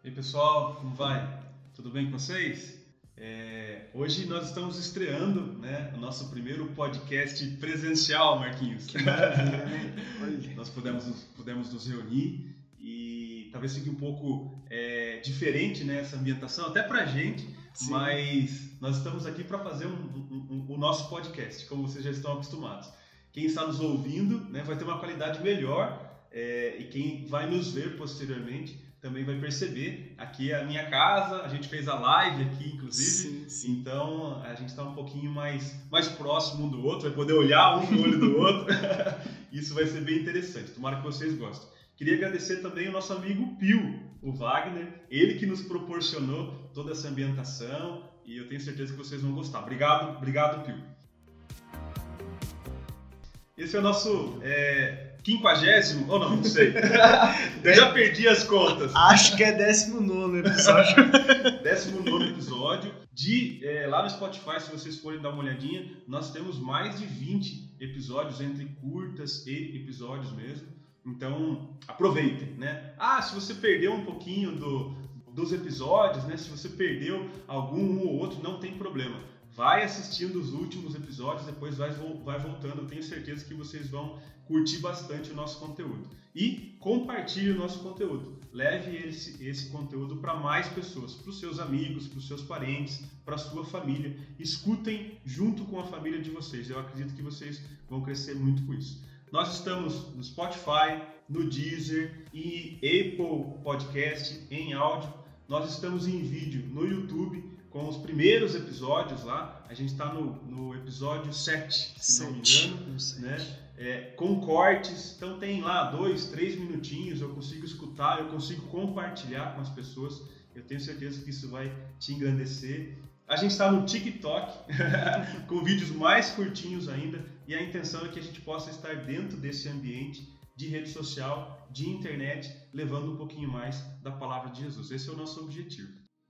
E aí, pessoal, como vai? Tudo bem com vocês? Hoje nós estamos estreando, né, o nosso primeiro podcast presencial, Marquinhos. Que maravilha, né? Olha. Nós pudemos nos reunir e talvez fique um pouco diferente, né, essa ambientação, até pra gente, Sim. Mas nós estamos aqui para fazer o nosso podcast, como vocês já estão acostumados. Quem está nos ouvindo, né, vai ter uma qualidade melhor e quem vai nos ver posteriormente também vai perceber. Aqui é a minha casa, a gente fez a live aqui, inclusive, Sim. Então a gente está um pouquinho mais próximo um do outro, vai poder olhar um no olho do outro. Isso vai ser bem interessante, tomara que vocês gostem. Queria agradecer também o nosso amigo Pio, o Wagner, ele que nos proporcionou toda essa ambientação e eu tenho certeza que vocês vão gostar. Obrigado, Pio. Esse é o nosso 50º, ou não sei. Eu já perdi as contas. Acho que é 19º episódio. 19º episódio. Lá no Spotify, se vocês forem dar uma olhadinha, nós temos mais de 20 episódios, entre curtas e episódios mesmo. Então, aproveitem, né? Se você perdeu um pouquinho dos episódios, né? Se você perdeu um ou outro, não tem problema. Vai assistindo os últimos episódios, depois vai voltando. Eu tenho certeza que vocês vão curtir bastante o nosso conteúdo. E compartilhe o nosso conteúdo. Leve esse conteúdo para mais pessoas, para os seus amigos, para os seus parentes, para a sua família. Escutem junto com a família de vocês. Eu acredito que vocês vão crescer muito com isso. Nós estamos no Spotify, no Deezer e Apple Podcast em áudio. Nós estamos em vídeo no YouTube com os primeiros episódios lá. A gente está no episódio 7, se não me engano, né? Com cortes. Então tem lá 2, 3 minutinhos, eu consigo escutar, eu consigo compartilhar com as pessoas. Eu tenho certeza que isso vai te engrandecer. A gente está no TikTok, com vídeos mais curtinhos ainda, e a intenção é que a gente possa estar dentro desse ambiente de rede social, de internet, levando um pouquinho mais da palavra de Jesus. Esse é o nosso objetivo.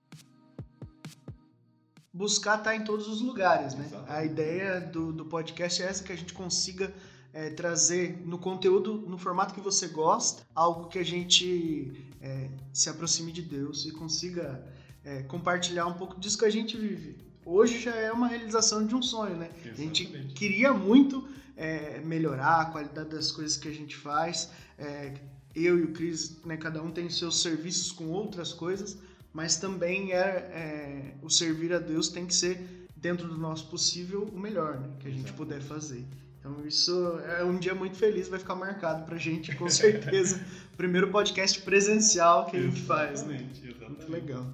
Buscar estar em todos os lugares, né? Exatamente. A ideia do podcast é essa, que a gente consiga trazer no conteúdo, no formato que você gosta, algo que a gente se aproxime de Deus e consiga compartilhar um pouco disso que a gente vive. Hoje já é uma realização de um sonho, né? Exatamente. A gente queria muito melhorar a qualidade das coisas que a gente faz. Eu e o Cris, né, cada um tem seus serviços com outras coisas, mas também o servir a Deus tem que ser, dentro do nosso possível, o melhor, né, que a gente puder fazer. Então isso é um dia muito feliz, vai ficar marcado pra gente, com certeza. O primeiro podcast presencial que a gente faz, né? Exatamente. Muito legal.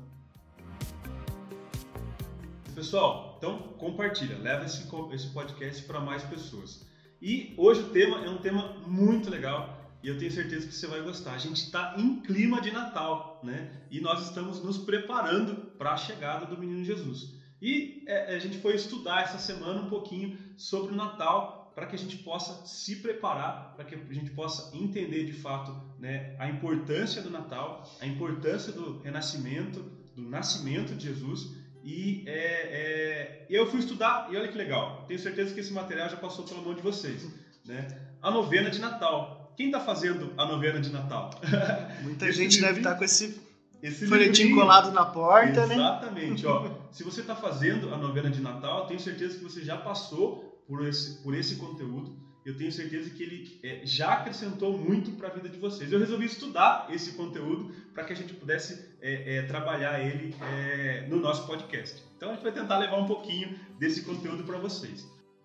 Pessoal, então compartilha, leva esse podcast para mais pessoas. E hoje o tema é um tema muito legal e eu tenho certeza que você vai gostar. A gente está em clima de Natal, né? E nós estamos nos preparando para a chegada do Menino Jesus. E a gente foi estudar essa semana um pouquinho sobre o Natal, para que a gente possa se preparar, para que a gente possa entender de fato, né, a importância do Natal, a importância do renascimento, do nascimento de Jesus. E eu fui estudar e olha que legal, tenho certeza que esse material já passou pela mão de vocês, né? A novena de Natal. Quem está fazendo a novena de Natal? Muita gente deve estar com esse folhetim livrinho colado na porta, né? Exatamente. Ó, se você está fazendo a novena de Natal, tenho certeza que você já passou por esse conteúdo. Eu tenho certeza que ele já acrescentou muito para a vida de vocês. Eu resolvi estudar esse conteúdo para que a gente pudesse trabalhar ele no nosso podcast. Então a gente vai tentar levar um pouquinho desse conteúdo para vocês.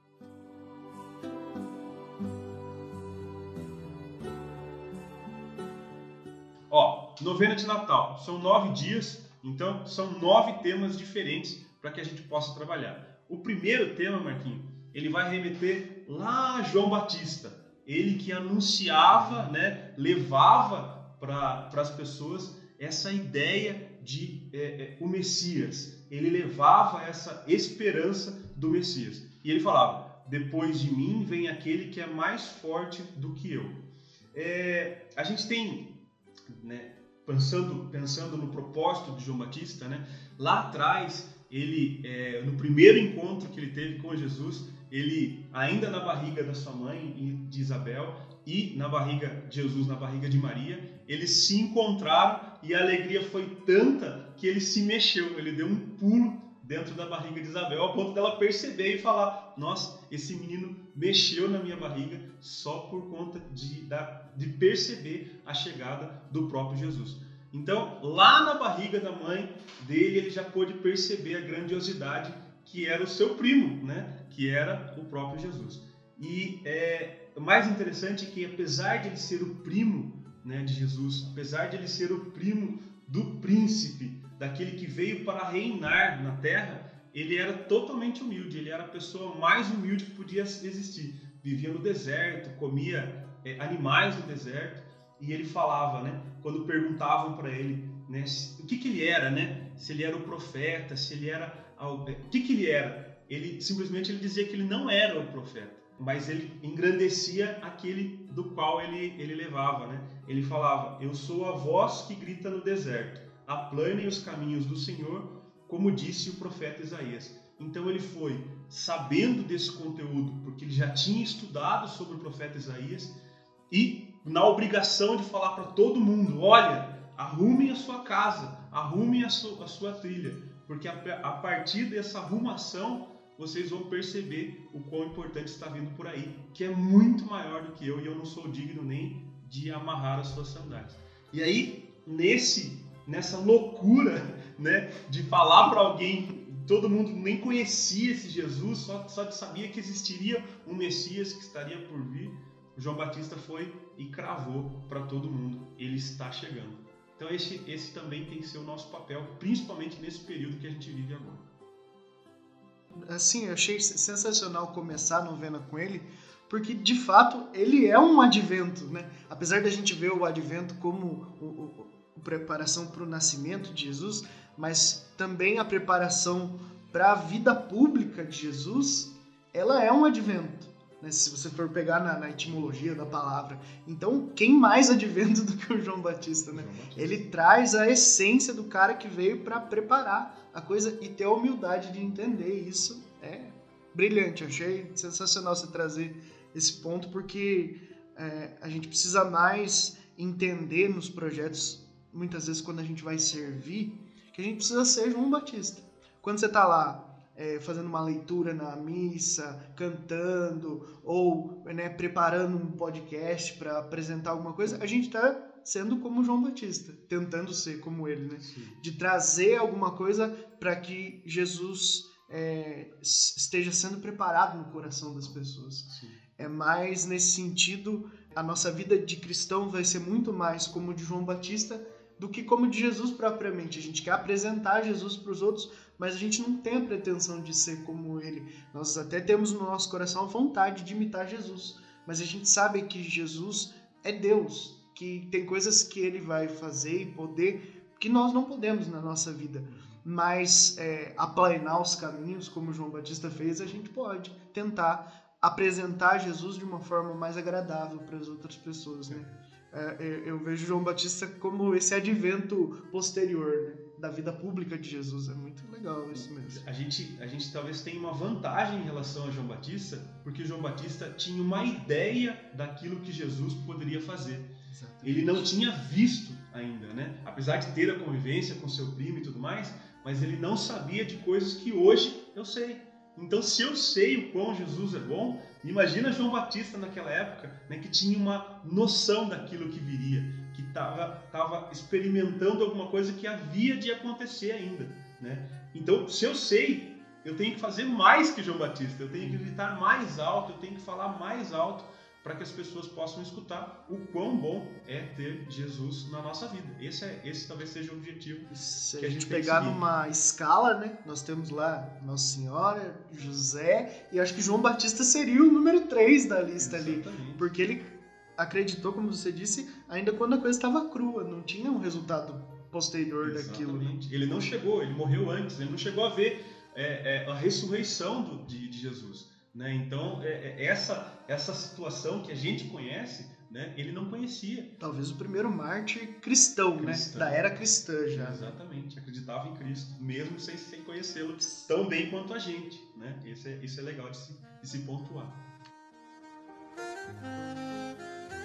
Ó, novena de Natal. São 9 dias, então são 9 temas diferentes para que a gente possa trabalhar. O primeiro tema, Marquinhos, ele vai remeter lá a João Batista, ele que anunciava, né, levava para as pessoas essa ideia de o Messias. Ele levava essa esperança do Messias. E ele falava, depois de mim vem aquele que é mais forte do que eu. A gente tem, né, pensando no propósito de João Batista, né, lá atrás, ele, no primeiro encontro que ele teve com Jesus, ele, ainda na barriga da sua mãe e de Isabel, e na barriga de Jesus, na barriga de Maria, eles se encontraram e a alegria foi tanta que ele se mexeu, ele deu um pulo dentro da barriga de Isabel, a ponto dela perceber e falar: nossa, esse menino mexeu na minha barriga só por conta de perceber a chegada do próprio Jesus. Então, lá na barriga da mãe dele, ele já pôde perceber a grandiosidade que era o seu primo, né? Que era o próprio Jesus. E o mais interessante é que, apesar de ele ser o primo, né, de Jesus, apesar de ele ser o primo do príncipe, daquele que veio para reinar na terra, ele era totalmente humilde, ele era a pessoa mais humilde que podia existir. Vivia no deserto, comia animais do deserto, e ele falava, né, quando perguntavam para ele, né, o que ele era, né, se ele era o profeta, se ele era... o que ele era? Ele simplesmente dizia que ele não era o profeta, mas ele engrandecia aquele do qual ele levava, né? Ele falava: eu sou a voz que grita no deserto, aplanem os caminhos do Senhor, como disse o profeta Isaías. Então ele foi sabendo desse conteúdo, porque ele já tinha estudado sobre o profeta Isaías, e na obrigação de falar para todo mundo: olha, arrumem a sua casa, arrumem a sua trilha, porque a partir dessa arrumação vocês vão perceber o quão importante está vindo por aí, que é muito maior do que eu, e eu não sou digno nem de amarrar as suas sandálias. E aí, nessa loucura, né, de falar para alguém, todo mundo nem conhecia esse Jesus, só sabia que existiria um Messias que estaria por vir, o João Batista foi e cravou para todo mundo: ele está chegando. Então esse também tem que ser o nosso papel, principalmente nesse período que a gente vive agora. Assim, eu achei sensacional começar a novena com ele, porque de fato ele é um advento, né? Apesar da gente ver o advento como preparação para o nascimento de Jesus, mas também a preparação para a vida pública de Jesus, ela é um advento, né? Se você for pegar na etimologia da palavra. Então, quem mais advento do que o João Batista, né? Ele traz a essência do cara que veio para preparar a coisa e ter a humildade de entender isso. É brilhante, eu achei sensacional você trazer esse ponto, porque a gente precisa mais entender nos projetos, muitas vezes quando a gente vai servir, que a gente precisa ser João Batista. Quando você está lá fazendo uma leitura na missa, cantando, ou né, preparando um podcast para apresentar alguma coisa, a gente está sendo como João Batista, tentando ser como ele, né? Sim. De trazer alguma coisa para que Jesus esteja sendo preparado no coração das pessoas. Sim. É mais nesse sentido, a nossa vida de cristão vai ser muito mais como de João Batista do que como de Jesus propriamente. A gente quer apresentar Jesus para os outros, mas a gente não tem a pretensão de ser como ele. Nós até temos no nosso coração a vontade de imitar Jesus, mas a gente sabe que Jesus é Deus, que tem coisas que ele vai fazer e poder que nós não podemos na nossa vida. Mas aplanar os caminhos, como João Batista fez, a gente pode tentar apresentar Jesus de uma forma mais agradável para as outras pessoas, né? Eu vejo João Batista como esse advento posterior, né, da vida pública de Jesus. É muito legal isso mesmo. A gente talvez tenha uma vantagem em relação a João Batista, porque João Batista tinha uma ideia daquilo que Jesus poderia fazer. Exatamente. Ele não tinha visto ainda, né? Apesar de ter a convivência com seu primo e tudo mais, mas ele não sabia de coisas que hoje eu sei. Então, se eu sei o quão Jesus é bom, imagina João Batista naquela época, né, que tinha uma noção daquilo que viria, que estava experimentando alguma coisa que havia de acontecer ainda, né? Então, se eu sei, eu tenho que fazer mais que João Batista, eu tenho que gritar mais alto, eu tenho que falar mais alto, para que as pessoas possam escutar o quão bom é ter Jesus na nossa vida. Esse talvez seja o objetivo. Se a gente pegar numa escala, né, nós temos lá Nossa Senhora, José, e acho que João Batista seria o número 3 da lista. Exatamente. Ali. Porque ele acreditou, como você disse, ainda quando a coisa estava crua, não tinha um resultado posterior. Exatamente. Daquilo. Né? Ele não chegou, ele morreu antes, ele não chegou a ver a ressurreição de Jesus. Né? Então, essa situação que a gente conhece, né, ele não conhecia. Talvez o primeiro mártir cristão, né? Da era cristã já. Exatamente, acreditava em Cristo, mesmo sem conhecê-lo tão bem quanto a gente. Né? Isso é legal de se pontuar.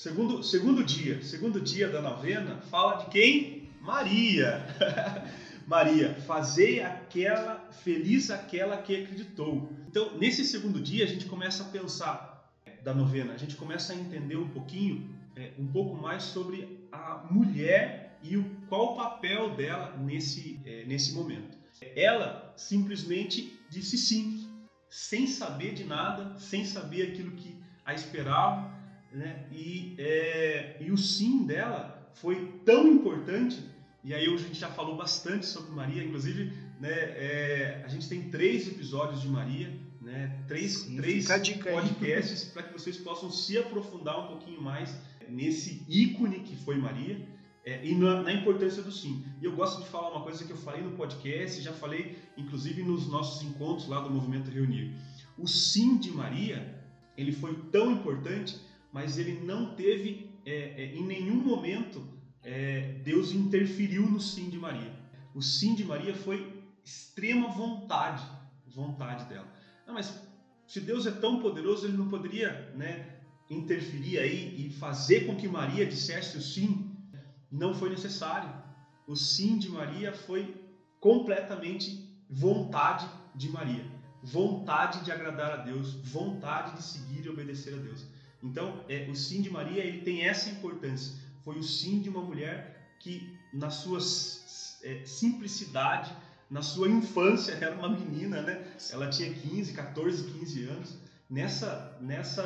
Segundo dia da novena, fala de quem? Maria. Maria, fazei feliz aquela que acreditou. Então, nesse segundo dia, a gente começa a pensar da novena, a gente começa a entender um pouco mais sobre a mulher e qual o papel dela nesse momento. Ela simplesmente disse sim, sem saber de nada, sem saber aquilo que a esperava, né? E o sim dela foi tão importante. E aí hoje a gente já falou bastante sobre Maria, inclusive, né, a gente tem 3 episódios de Maria, né, três podcasts para que vocês possam se aprofundar um pouquinho mais nesse ícone que foi Maria e na importância do sim. E eu gosto de falar uma coisa que eu falei no podcast, já falei inclusive nos nossos encontros lá do Movimento Reunir. O sim de Maria, ele foi tão importante, mas ele não teve em nenhum momento Deus interferiu no sim de Maria. O sim de Maria foi extrema vontade dela. Não, mas se Deus é tão poderoso, ele não poderia, né, interferir aí e fazer com que Maria dissesse o sim? Não foi necessário. O sim de Maria foi completamente vontade de Maria. Vontade de agradar a Deus, vontade de seguir e obedecer a Deus. Então, o sim de Maria, ele tem essa importância. Foi o sim de uma mulher que, na sua simplicidade, na sua infância, era uma menina, né? Ela tinha 14, 15 anos. Nessa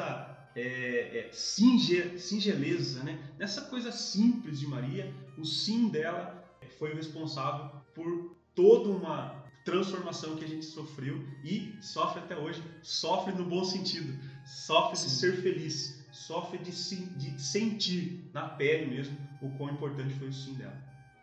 singeleza, né? Nessa coisa simples de Maria, o sim dela foi o responsável por toda uma transformação que a gente sofreu e sofre até hoje. Sofre no bom sentido, sofre de ser feliz, sofre de sentir na pele mesmo o quão importante foi o sim dela.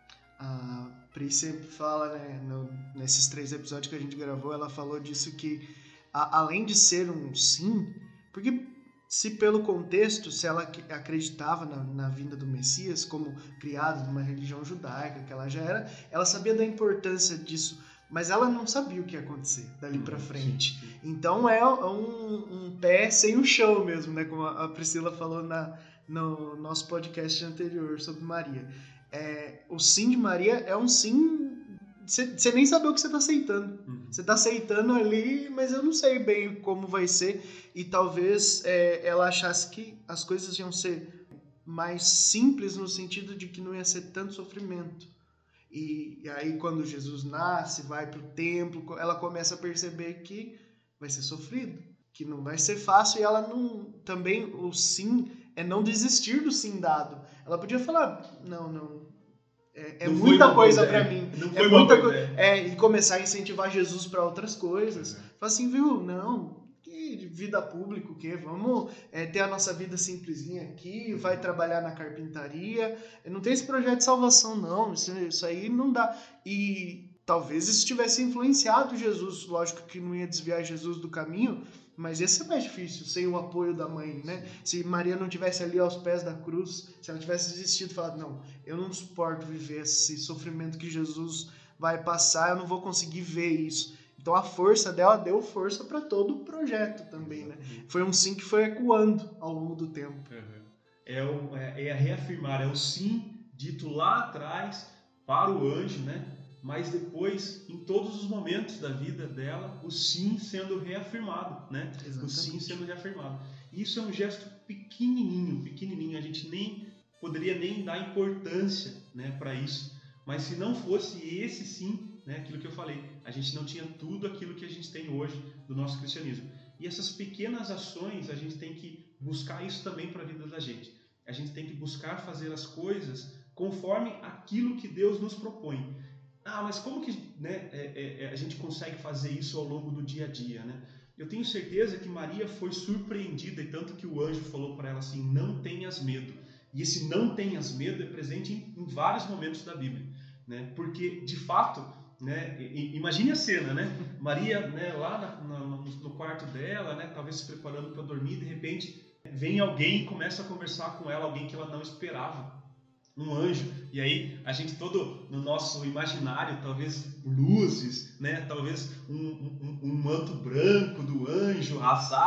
A Pri sempre fala, né, nesses 3 episódios que a gente gravou, ela falou disso que, além de ser um sim, porque se pelo contexto, se ela acreditava na vinda do Messias, como criada numa religião judaica que ela já era, ela sabia da importância disso, mas ela não sabia o que ia acontecer dali pra frente. Sim. Então é um pé sem o chão mesmo, né? Como a Priscila falou no nosso podcast anterior sobre Maria. O sim de Maria é um sim, você nem sabe o que você está aceitando. Você está aceitando ali, mas eu não sei bem como vai ser. E talvez ela achasse que as coisas iam ser mais simples no sentido de que não ia ser tanto sofrimento. E aí quando Jesus nasce, vai para o templo, ela começa a perceber que vai ser sofrido, que não vai ser fácil, e ela não... Também o sim é não desistir do sim dado. Ela podia falar, não, não muita coisa para mim. Não foi muita coisa. E começar a incentivar Jesus para outras coisas. Fala assim, viu, não... vida pública, o quê? Vamos ter a nossa vida simplesinha aqui, vai trabalhar na carpintaria, não tem esse projeto de salvação não, isso aí não dá. E talvez isso tivesse influenciado Jesus, lógico que não ia desviar Jesus do caminho, mas ia ser mais difícil sem o apoio da mãe, né? Se Maria não tivesse ali aos pés da cruz, se ela tivesse desistido e falado, não, eu não suporto viver esse sofrimento que Jesus vai passar, eu não vou conseguir ver isso. Então a força dela deu força para todo o projeto também, né? Foi um sim que foi ecoando ao longo do tempo. É reafirmar, é o sim dito lá atrás para o anjo, né? Mas depois, em todos os momentos da vida dela, o sim sendo reafirmado, né? Exatamente. O sim sendo reafirmado. E isso é um gesto pequenininho, a gente nem poderia nem dar importância, né, para isso. Mas se não fosse esse sim, né, aquilo que eu falei, a gente não tinha tudo aquilo que a gente tem hoje do nosso cristianismo. E essas pequenas ações, a gente tem que buscar isso também para a vida da gente. A gente tem que buscar fazer as coisas conforme aquilo que Deus nos propõe. Mas como que, né, a gente consegue fazer isso ao longo do dia a dia, né? Eu tenho certeza que Maria foi surpreendida, e tanto que o anjo falou para ela assim, não tenhas medo. E esse não tenhas medo é presente em vários momentos da Bíblia, né? Porque, de fato, né, imagine a cena, né? Maria, né, lá no quarto dela, né, talvez se preparando para dormir, de repente vem alguém e começa a conversar com ela, alguém que ela não esperava, um anjo. E aí a gente todo no nosso imaginário, talvez luzes, né, talvez um manto branco do anjo, assaz,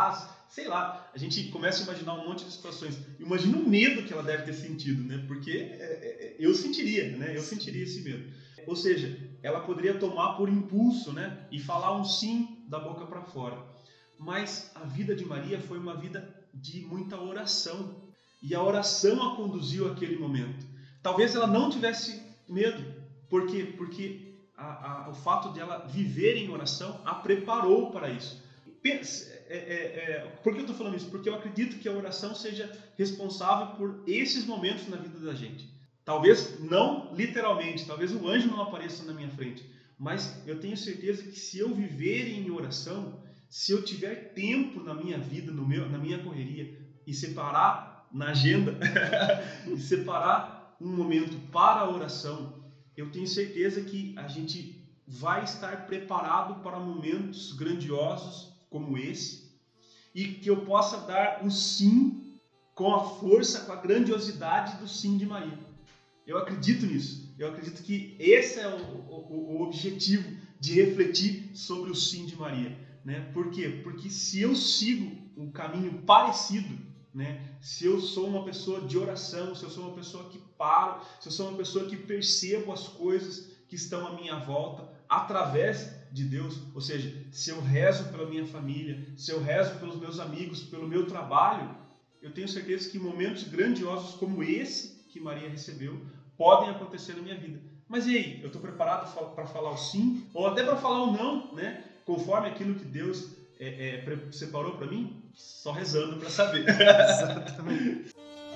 sei lá, a gente começa a imaginar um monte de situações. Imagina o medo que ela deve ter sentido, né? Porque eu sentiria, né? Eu sentiria esse medo. Ou seja, ela poderia tomar por impulso, né? E falar um sim da boca para fora. Mas a vida de Maria foi uma vida de muita oração. E a oração a conduziu àquele momento. Talvez ela não tivesse medo. Por quê? Porque o fato de ela viver em oração a preparou para isso. Por que eu estou falando isso? Porque eu acredito que a oração seja responsável por esses momentos na vida da gente. Talvez não literalmente, talvez o anjo não apareça na minha frente, mas eu tenho certeza que se eu viver em oração, se eu tiver tempo na minha vida, na minha correria, e separar na agenda, e separar um momento para a oração, eu tenho certeza que a gente vai estar preparado para momentos grandiosos como esse, e que eu possa dar o sim com a força, com a grandiosidade do sim de Maria. Eu acredito nisso. Eu acredito que esse é o objetivo de refletir sobre o sim de Maria. Né? Por quê? Porque se eu sigo um caminho parecido, né? Se eu sou uma pessoa de oração, se eu sou uma pessoa que paro, se eu sou uma pessoa que percebo as coisas que estão à minha volta através de Deus, ou seja, se eu rezo pela minha família, se eu rezo pelos meus amigos, pelo meu trabalho, eu tenho certeza que momentos grandiosos como esse que Maria recebeu podem acontecer na minha vida. Mas e aí, eu estou preparado para falar o sim ou até para falar o não, né? Conforme aquilo que Deus separou para mim? Só rezando para saber. Exatamente.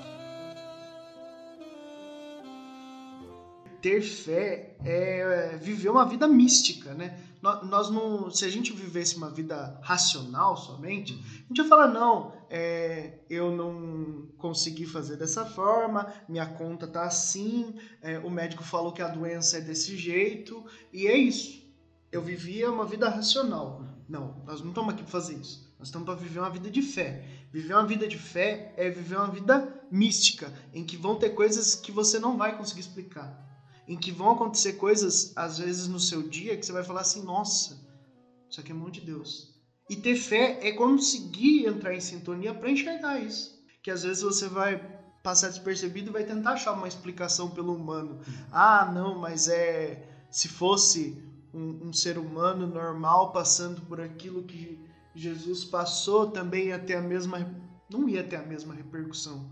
Ter fé é viver uma vida mística, né? Nós não, se a gente vivesse uma vida racional somente, a gente ia falar, não, eu não consegui fazer dessa forma, minha conta tá assim, o médico falou que a doença é desse jeito, e é isso. Eu vivia uma vida racional. Não, nós não estamos aqui para fazer isso. Nós estamos para viver uma vida de fé. Viver uma vida de fé é viver uma vida mística, em que vão ter coisas que você não vai conseguir explicar. Em que vão acontecer coisas, às vezes, no seu dia, que você vai falar assim, nossa, isso aqui é mão de Deus. E ter fé é conseguir entrar em sintonia para enxergar isso. Que às vezes você vai passar despercebido e vai tentar achar uma explicação pelo humano. Ah, não, mas se fosse um ser humano normal passando por aquilo que Jesus passou, também ia ter não ia ter a mesma repercussão.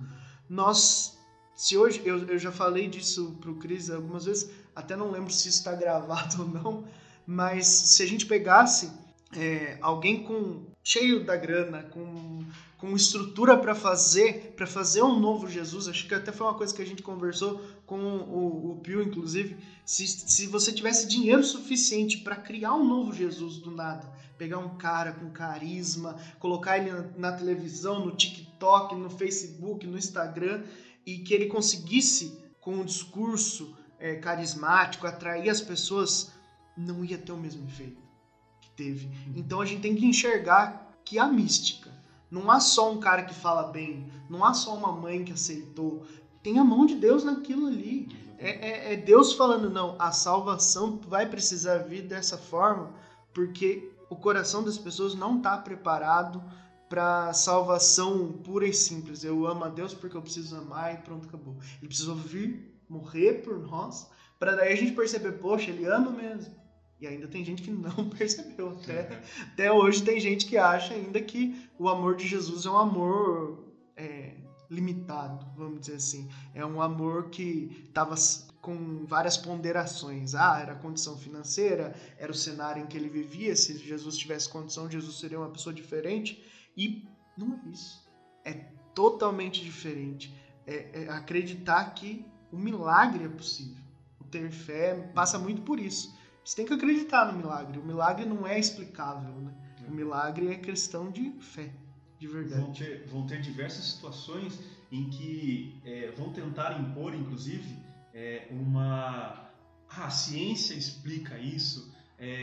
Se hoje, eu já falei disso pro Cris algumas vezes, até não lembro se isso está gravado ou não, mas se a gente pegasse alguém cheio da grana, com estrutura para fazer um novo Jesus, acho que até foi uma coisa que a gente conversou com o Pio, inclusive, se você tivesse dinheiro suficiente para criar um novo Jesus do nada, pegar um cara com carisma, colocar ele na televisão, no TikTok, no Facebook, no Instagram, e que ele conseguisse, com um discurso carismático, atrair as pessoas, não ia ter o mesmo efeito que teve. Então a gente tem que enxergar que há mística. Não há só um cara que fala bem, não há só uma mãe que aceitou. Tem a mão de Deus naquilo ali. É Deus falando, não, a salvação vai precisar vir dessa forma, porque o coração das pessoas não está preparado para salvação pura e simples. Eu amo a Deus porque eu preciso amar e pronto, acabou. Ele precisou vir, morrer por nós, para daí a gente perceber, poxa, ele ama mesmo. E ainda tem gente que não percebeu. Até hoje tem gente que acha ainda que o amor de Jesus é um amor limitado, vamos dizer assim. É um amor que estava com várias ponderações. Era a condição financeira, era o cenário em que ele vivia. Se Jesus tivesse condição, Jesus seria uma pessoa diferente. E não é isso. É totalmente diferente. É acreditar que o milagre é possível. O ter fé passa muito por isso. Você tem que acreditar no milagre. O milagre não é explicável, né? O milagre é questão de fé, de verdade. Vão ter diversas situações em que vão tentar impor, inclusive, a ciência explica isso,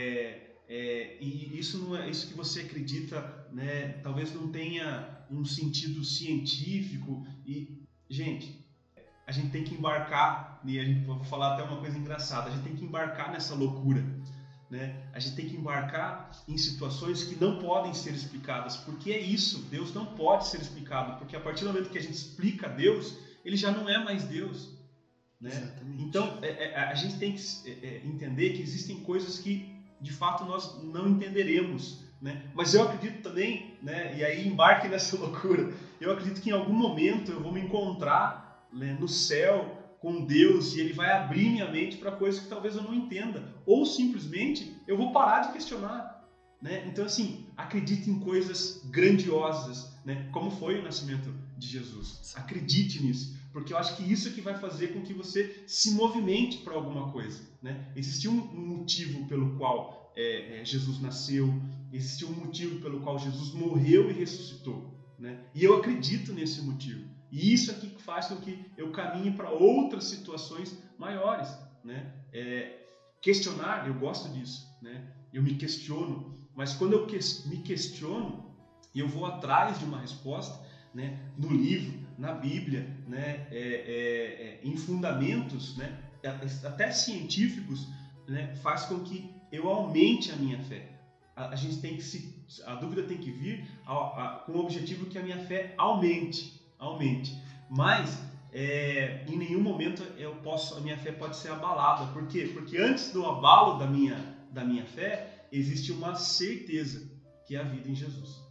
e isso não é isso que você acredita, né? Talvez não tenha um sentido científico. E, gente, a gente tem que embarcar, e vou falar até uma coisa engraçada, a gente tem que embarcar nessa loucura. né? A gente tem que embarcar em situações que não podem ser explicadas, porque é isso, Deus não pode ser explicado, porque a partir do momento que a gente explica Deus, ele já não é mais Deus, né? Exatamente. Então a gente tem que entender que existem coisas que de fato nós não entenderemos, né? Mas eu acredito também, né? E aí embarque nessa loucura, eu acredito que em algum momento eu vou me encontrar, né, no céu com Deus e ele vai abrir minha mente para coisas que talvez eu não entenda, ou simplesmente eu vou parar de questionar, né? Então assim, acredite em coisas grandiosas, né? Como foi o nascimento de Jesus. Acredite nisso, porque eu acho que isso é que vai fazer com que você se movimente para alguma coisa, né? Existiu um motivo pelo qual Jesus nasceu, existiu um motivo pelo qual Jesus morreu e ressuscitou, né? E eu acredito nesse motivo. E isso aqui faz com que eu caminhe para outras situações maiores, né? Questionar, eu gosto disso, né? Eu me questiono, mas quando eu me questiono e eu vou atrás de uma resposta, né? No livro, na Bíblia, né? Em fundamentos, né? Até científicos, né? Faz com que eu aumente a minha fé. A gente tem que a dúvida tem que vir com o objetivo que a minha fé aumente. Mas em nenhum momento a minha fé pode ser abalada. Por quê? Porque antes do abalo da minha fé, existe uma certeza, que é a vida em Jesus.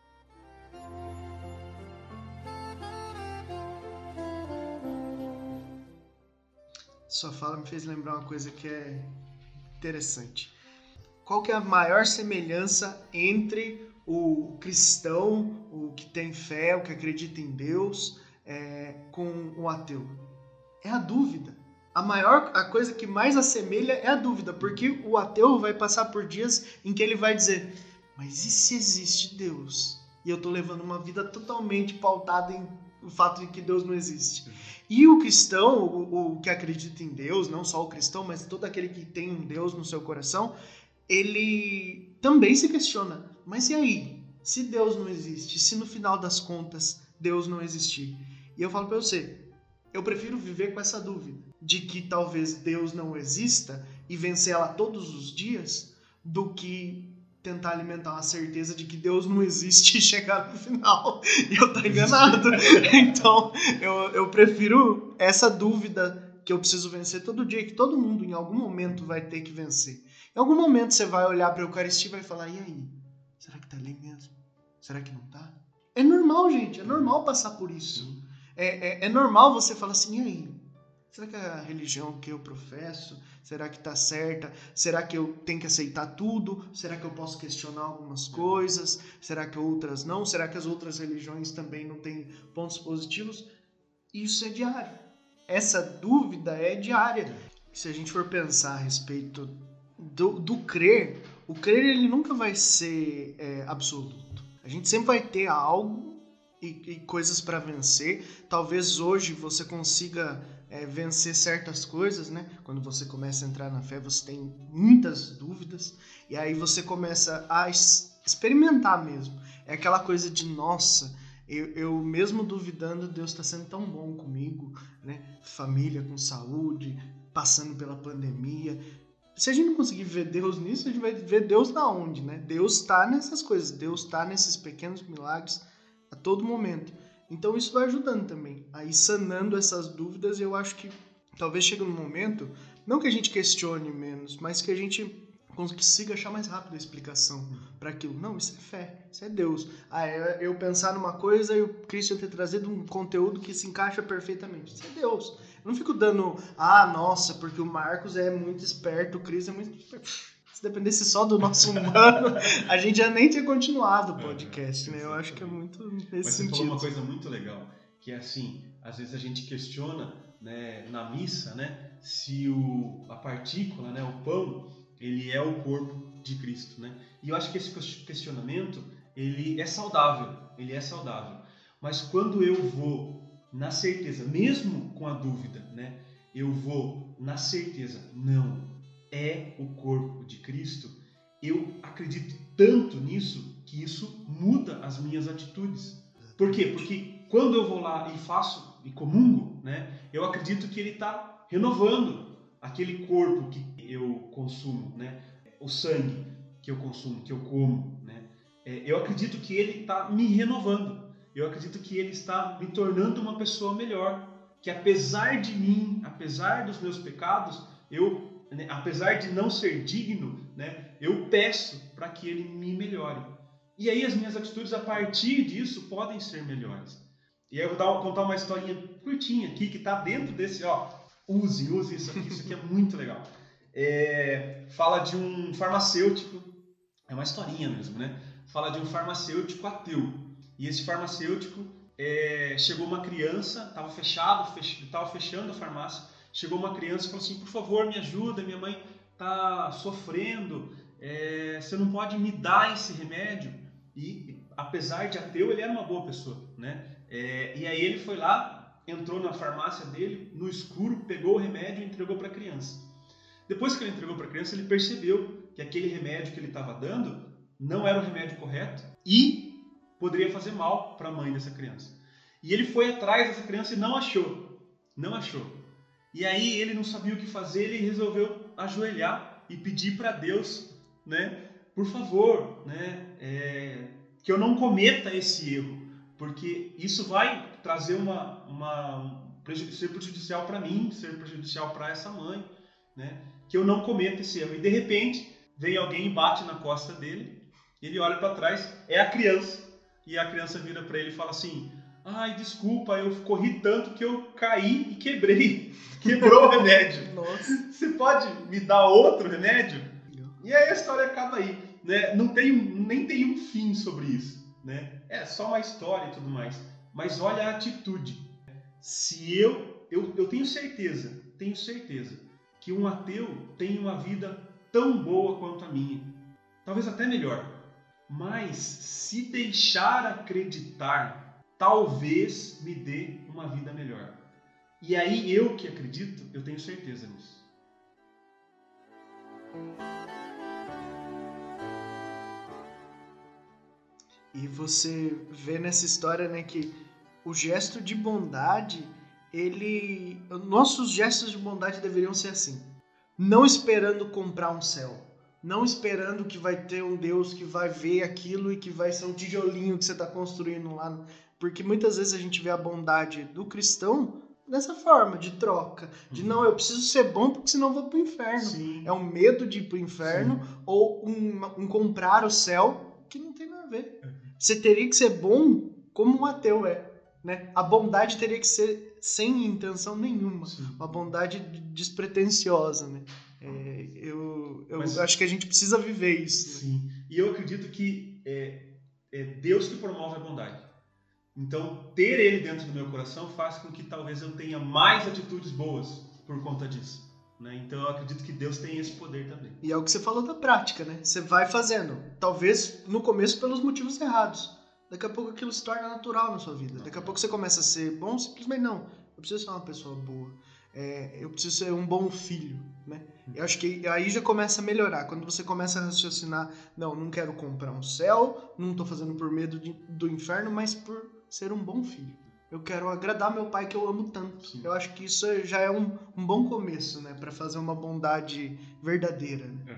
Sua fala me fez lembrar uma coisa que é interessante. Qual que é a maior semelhança entre o cristão, o que tem fé, o que acredita em Deus, com o ateu? É a dúvida. A coisa que mais assemelha é a dúvida, porque o ateu vai passar por dias em que ele vai dizer: mas e se existe Deus? E eu estou levando uma vida totalmente pautada em o fato de que Deus não existe. E o cristão, o que acredita em Deus, não só o cristão, mas todo aquele que tem um Deus no seu coração, ele também se questiona: mas e aí? Se Deus não existe, se no final das contas Deus não existir? E eu falo para você, eu prefiro viver com essa dúvida de que talvez Deus não exista e vencer ela todos os dias, do que tentar alimentar uma certeza de que Deus não existe e chegar no final e eu estar enganado. Então, eu prefiro essa dúvida que eu preciso vencer todo dia, que todo mundo em algum momento vai ter que vencer. Em algum momento você vai olhar para a Eucaristia e vai falar: e aí? Será que tá ali mesmo? Será que não tá? É normal, gente. É normal passar por isso. É normal você falar assim: e aí? Será que a religião que eu professo, será que tá certa? Será que eu tenho que aceitar tudo? Será que eu posso questionar algumas coisas? Será que outras não? Será que as outras religiões também não têm pontos positivos? Isso é diário. Essa dúvida é diária. Se a gente for pensar a respeito do crer, o crer ele nunca vai ser absoluto. A gente sempre vai ter algo e coisas para vencer. Talvez hoje você consiga vencer certas coisas, né? Quando você começa a entrar na fé, você tem muitas dúvidas e aí você começa a experimentar mesmo. É aquela coisa de: nossa, eu mesmo duvidando, Deus está sendo tão bom comigo, né? Família com saúde, passando pela pandemia. Se a gente não conseguir ver Deus nisso, a gente vai ver Deus na onde, né? Deus está nessas coisas, Deus está nesses pequenos milagres a todo momento. Então isso vai ajudando também, a ir sanando essas dúvidas. E eu acho que talvez chegue um momento, não que a gente questione menos, mas que a gente consiga achar mais rápido a explicação para aquilo. Não, isso é fé, isso é Deus. Eu pensar numa coisa e o Christian ter trazido um conteúdo que se encaixa perfeitamente. Isso é Deus. Eu não fico dando: nossa, porque o Marcos é muito esperto, o Cris é muito esperto. Se dependesse só do nosso humano, a gente já nem tinha continuado o podcast, né? Eu acho que é muito nesse sentido. Mas você falou uma coisa muito legal, que é assim, às vezes a gente questiona, né, na missa, né, se a partícula, né, o pão, ele é o corpo de Cristo, né? E eu acho que esse questionamento, ele é saudável, Mas quando eu vou na certeza, mesmo com a dúvida, né, eu vou na certeza: não, é o corpo de Cristo, eu acredito tanto nisso que isso muda as minhas atitudes. Por quê? Porque quando eu vou lá e faço e comungo, né, eu acredito que ele está renovando aquele corpo que eu consumo, né? o sangue que eu consumo, que eu como, né? Eu acredito que ele está me renovando. Eu acredito que ele está me tornando uma pessoa melhor. Que apesar de mim, apesar dos meus pecados, apesar de não ser digno, né, eu peço para que ele me melhore. E aí as minhas atitudes a partir disso podem ser melhores. E aí eu vou contar uma historinha curtinha aqui que está dentro desse, use isso aqui é muito legal. Fala de um farmacêutico, é uma historinha mesmo, né? Fala de um farmacêutico ateu. E esse farmacêutico, chegou uma criança, estava fechando a farmácia, chegou uma criança e falou assim, por favor, me ajuda, minha mãe está sofrendo, você não pode me dar esse remédio? E apesar de ateu, ele era uma boa pessoa, né? E aí ele foi lá, entrou na farmácia dele, no escuro, pegou o remédio e entregou para a criança. Depois que ele entregou para a criança, ele percebeu que aquele remédio que ele estava dando não era o remédio correto e poderia fazer mal para a mãe dessa criança. E ele foi atrás dessa criança e não achou. Não achou. E aí ele não sabia o que fazer, ele resolveu ajoelhar e pedir para Deus, né, por favor, né, que eu não cometa esse erro, porque isso vai trazer ser prejudicial para mim, ser prejudicial para essa mãe, né, que eu não cometa esse erro. E de repente vem alguém e bate na costa dele, ele olha para trás, é a criança, e a criança vira para ele e fala assim, ai, desculpa, eu corri tanto que eu caí e quebrou o remédio. Nossa. Você pode me dar outro remédio? E aí a história acaba aí, né? Nem tem um fim sobre isso, né? É só uma história e tudo mais. Mas olha a atitude. Se eu tenho certeza que um ateu tem uma vida tão boa quanto a minha. Talvez até melhor. Mas se deixar acreditar, talvez me dê uma vida melhor. E aí eu que acredito, eu tenho certeza nisso. E você vê nessa história, né, que o gesto de bondade, nossos gestos de bondade deveriam ser assim. Não esperando comprar um céu. Não esperando que vai ter um Deus que vai ver aquilo e que vai ser um tijolinho que você está construindo lá. Porque muitas vezes a gente vê a bondade do cristão dessa forma, de troca. De não, eu preciso ser bom porque senão eu vou pro inferno. Sim. É um medo de ir pro inferno. Sim. Ou um comprar o céu que não tem nada a ver. Você teria que ser bom como um ateu é. Né? A bondade teria que ser sem intenção nenhuma. Sim. Uma bondade despretensiosa, né? Eu acho que a gente precisa viver isso. Sim. Né? E eu acredito que é Deus que promove a bondade. Então, ter Ele dentro do meu coração faz com que talvez eu tenha mais atitudes boas por conta disso. Né? Então, eu acredito que Deus tem esse poder também. E é o que você falou da prática, né? Você vai fazendo. Talvez no começo pelos motivos errados. Daqui a pouco aquilo se torna natural na sua vida. Daqui a pouco você começa a ser bom, simplesmente não. Eu preciso ser uma pessoa boa. Eu preciso ser um bom filho, né? Eu acho que aí já começa a melhorar. Quando você começa a raciocinar, não quero comprar um céu, não estou fazendo por medo do inferno, mas por ser um bom filho. Eu quero agradar meu pai que eu amo tanto. Sim. Eu acho que isso já é um bom começo, né? Para fazer uma bondade verdadeira. Né?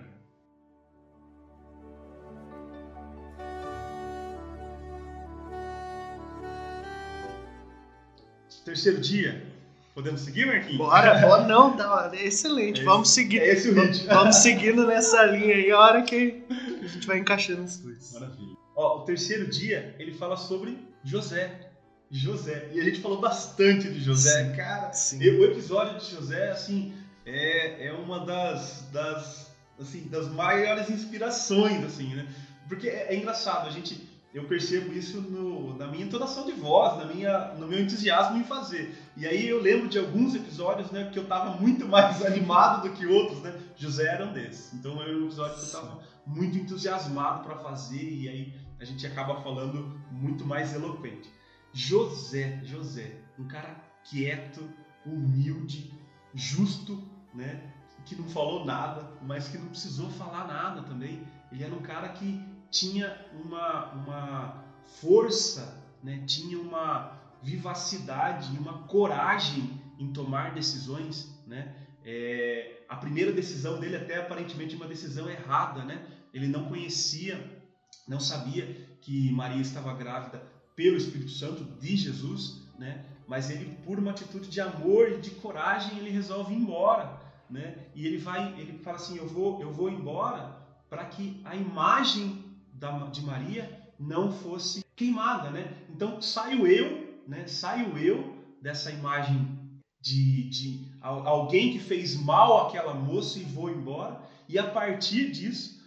Terceiro dia, podemos seguir, Marquinhos? Bora, não, tá excelente. Vamos seguir. É esse o ritmo. Vamos seguindo nessa linha aí, a hora que a gente vai encaixando as coisas. Maravilha. O terceiro dia, ele fala sobre José. E a gente falou bastante de José. Sim, cara, sim. O episódio de José, assim, é uma das maiores inspirações, assim, né? Porque é engraçado, eu percebo isso na minha entonação de voz, no meu entusiasmo em fazer. E aí eu lembro de alguns episódios, né, que eu estava muito mais animado do que outros, né? José era um desses. Então era um episódio que eu estava muito entusiasmado para fazer e aí a gente acaba falando muito mais eloquente. José, um cara quieto, humilde, justo, né? Que não falou nada, mas que não precisou falar nada também. Ele era um cara que tinha uma força, né? Tinha uma vivacidade, uma coragem em tomar decisões, né? a primeira decisão dele até aparentemente uma decisão errada, né? Ele não conhecia, não sabia que Maria estava grávida pelo Espírito Santo de Jesus, né? Mas ele, por uma atitude de amor e de coragem, ele resolve ir embora, né? E ele fala assim, eu vou embora para que a imagem de Maria não fosse queimada, né? Então saio eu, né? Saio eu dessa imagem de alguém que fez mal àquela moça e vou embora. E a partir disso,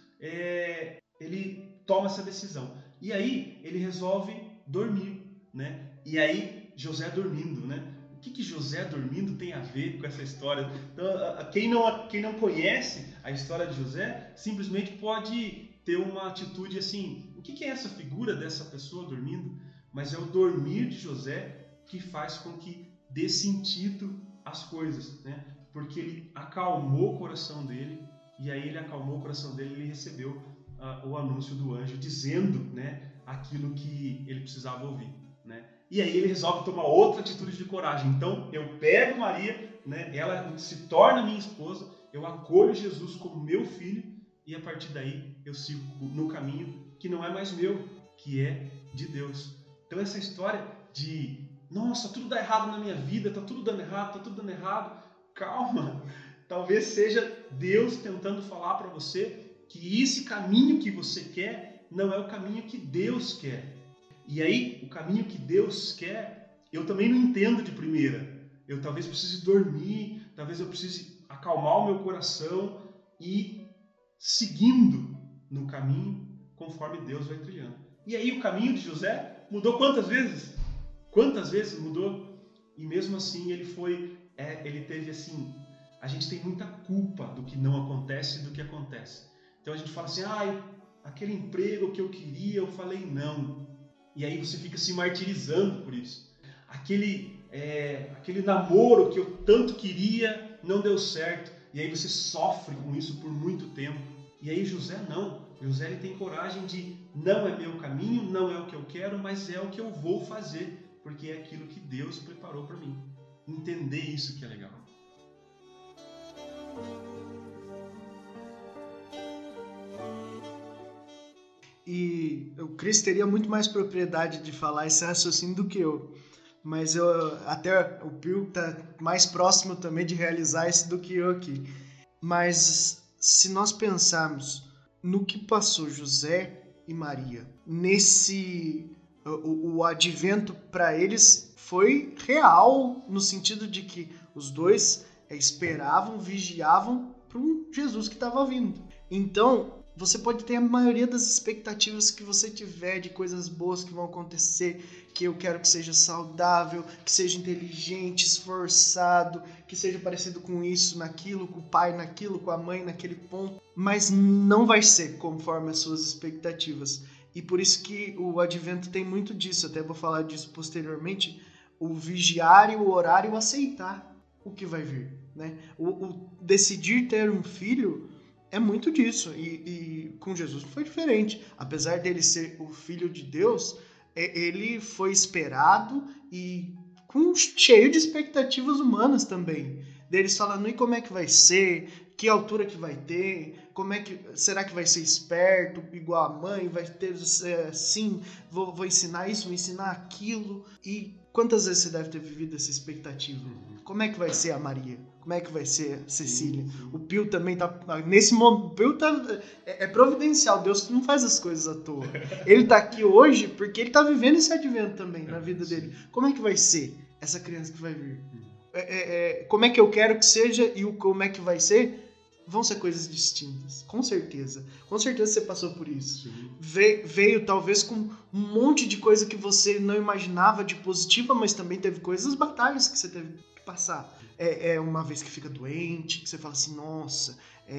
ele toma essa decisão. E aí ele resolve dormir, né? E aí José dormindo, né? O que José dormindo tem a ver com essa história? Então, quem não conhece a história de José simplesmente pode ter uma atitude assim, o que é essa figura dessa pessoa dormindo? Mas é o dormir de José que faz com que dê sentido às coisas, né? Porque ele acalmou o coração dele, e aí ele acalmou o coração dele, ele recebeu o anúncio do anjo dizendo, né, aquilo que ele precisava ouvir, né? E aí ele resolve tomar outra atitude de coragem. Então eu pego Maria, né, ela se torna minha esposa, eu acolho Jesus como meu filho, e a partir daí eu sigo no caminho que não é mais meu, que é de Deus. Então essa história de, nossa, tudo dá errado na minha vida, tá tudo dando errado, calma. Talvez seja Deus tentando falar para você que esse caminho que você quer não é o caminho que Deus quer. E aí, o caminho que Deus quer, eu também não entendo de primeira. Eu talvez precise dormir, talvez eu precise acalmar o meu coração e seguindo no caminho conforme Deus vai trilhando. E aí o caminho de José mudou quantas vezes? Quantas vezes mudou? E mesmo assim ele teve assim, a gente tem muita culpa do que não acontece e do que acontece. Então a gente fala assim, aquele emprego que eu queria, eu falei não. E aí você fica se martirizando por isso. Aquele namoro que eu tanto queria, não deu certo. E aí você sofre com isso por muito tempo. E aí José não. José ele tem coragem de, não é meu caminho, não é o que eu quero, mas é o que eu vou fazer. Porque é aquilo que Deus preparou para mim. Entender isso que é legal. E o Chris teria muito mais propriedade de falar esse raciocínio do que eu. Mas até o Pio tá mais próximo também de realizar isso do que eu aqui. Mas se nós pensarmos no que passou José e Maria, o advento para eles foi real, no sentido de que os dois esperavam, vigiavam para um Jesus que estava vindo. Então, você pode ter a maioria das expectativas que você tiver de coisas boas que vão acontecer, que eu quero que seja saudável, que seja inteligente, esforçado, que seja parecido com isso, naquilo, com o pai naquilo, com a mãe naquele ponto, mas não vai ser conforme as suas expectativas. E por isso que o advento tem muito disso, até vou falar disso posteriormente, o vigiar e o orar e o aceitar o que vai vir, né? O decidir ter um filho é muito disso, e com Jesus não foi diferente. Apesar dele ser o Filho de Deus, ele foi esperado e cheio de expectativas humanas também. Deles falando, e como é que vai ser? Que altura que vai ter? Será que vai ser esperto, igual a mãe? Vai ter assim, vou ensinar isso, vou ensinar aquilo. E quantas vezes você deve ter vivido essa expectativa? Como é que vai ser a Maria? Como é que vai ser a Cecília? Sim. O Pio também tá... Nesse momento, o Pio é providencial. Deus não faz as coisas à toa. Ele tá aqui hoje porque ele tá vivendo esse advento também na vida dele. Como é que vai ser essa criança que vai vir? Como é que eu quero que seja e como é que vai ser? Vão ser coisas distintas, com certeza. Com certeza você passou por isso. Veio talvez com um monte de coisa que você não imaginava de positiva, mas também teve batalhas que você teve que passar. Uma vez que fica doente, que você fala assim, nossa,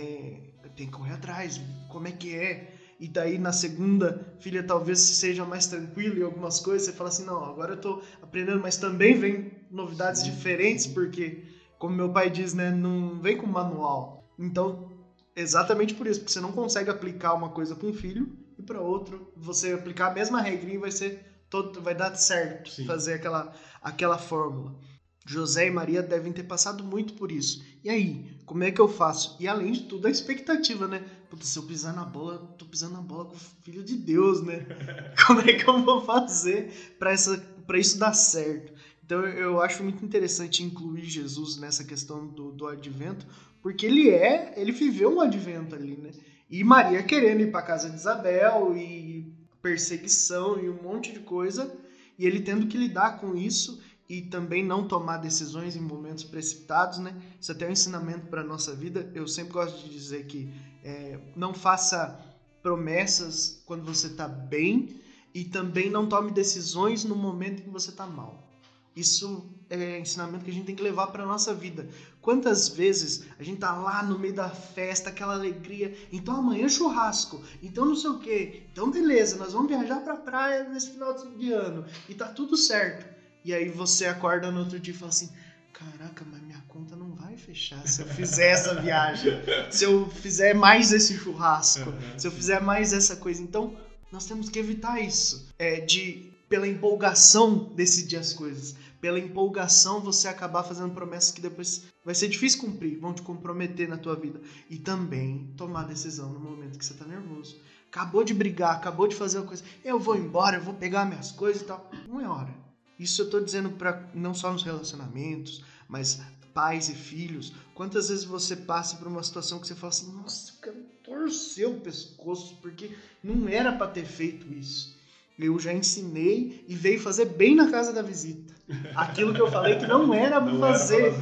tem que correr atrás, como é que é? E daí na segunda filha talvez seja mais tranquilo e algumas coisas, você fala assim, não, agora eu tô aprendendo, mas também vem novidades diferentes, porque, como meu pai diz, né, não vem com manual. Então, exatamente por isso, porque você não consegue aplicar uma coisa para um filho e para outro, você aplicar a mesma regrinha vai dar certo, fazer aquela fórmula. José e Maria devem ter passado muito por isso. E aí, como é que eu faço? E além de tudo, a expectativa, né? Puta, se eu pisar na bola, tô pisando na bola com o Filho de Deus, né? Como é que eu vou fazer para isso dar certo? Então eu acho muito interessante incluir Jesus nessa questão do advento, porque ele viveu um advento ali, né? E Maria querendo ir para casa de Isabel e perseguição e um monte de coisa, e ele tendo que lidar com isso e também não tomar decisões em momentos precipitados, né? Isso até é um ensinamento para a nossa vida. Eu sempre gosto de dizer que não faça promessas quando você está bem e também não tome decisões no momento em que você está mal. Isso é ensinamento que a gente tem que levar para a nossa vida. Quantas vezes a gente tá lá no meio da festa, aquela alegria, então amanhã é churrasco, então não sei o quê, então beleza, nós vamos viajar para a praia nesse final de ano e tá tudo certo. E aí você acorda no outro dia e fala assim, caraca, mas minha conta não vai fechar se eu fizer essa viagem, se eu fizer mais esse churrasco, se eu fizer mais essa coisa. Então, nós temos que evitar isso, pela empolgação decidir as coisas, pela empolgação você acabar fazendo promessas que depois vai ser difícil cumprir, vão te comprometer na tua vida. E também tomar decisão no momento que você tá nervoso. Acabou de brigar, acabou de fazer uma coisa, eu vou embora, eu vou pegar minhas coisas e tal. Não é hora. Isso eu tô dizendo para não só nos relacionamentos, mas pais e filhos. Quantas vezes você passa por uma situação que você fala assim, nossa, eu quero torcer o pescoço, porque não era para ter feito isso. Eu já ensinei e veio fazer bem na casa da visita. Aquilo que eu falei que não era para fazer.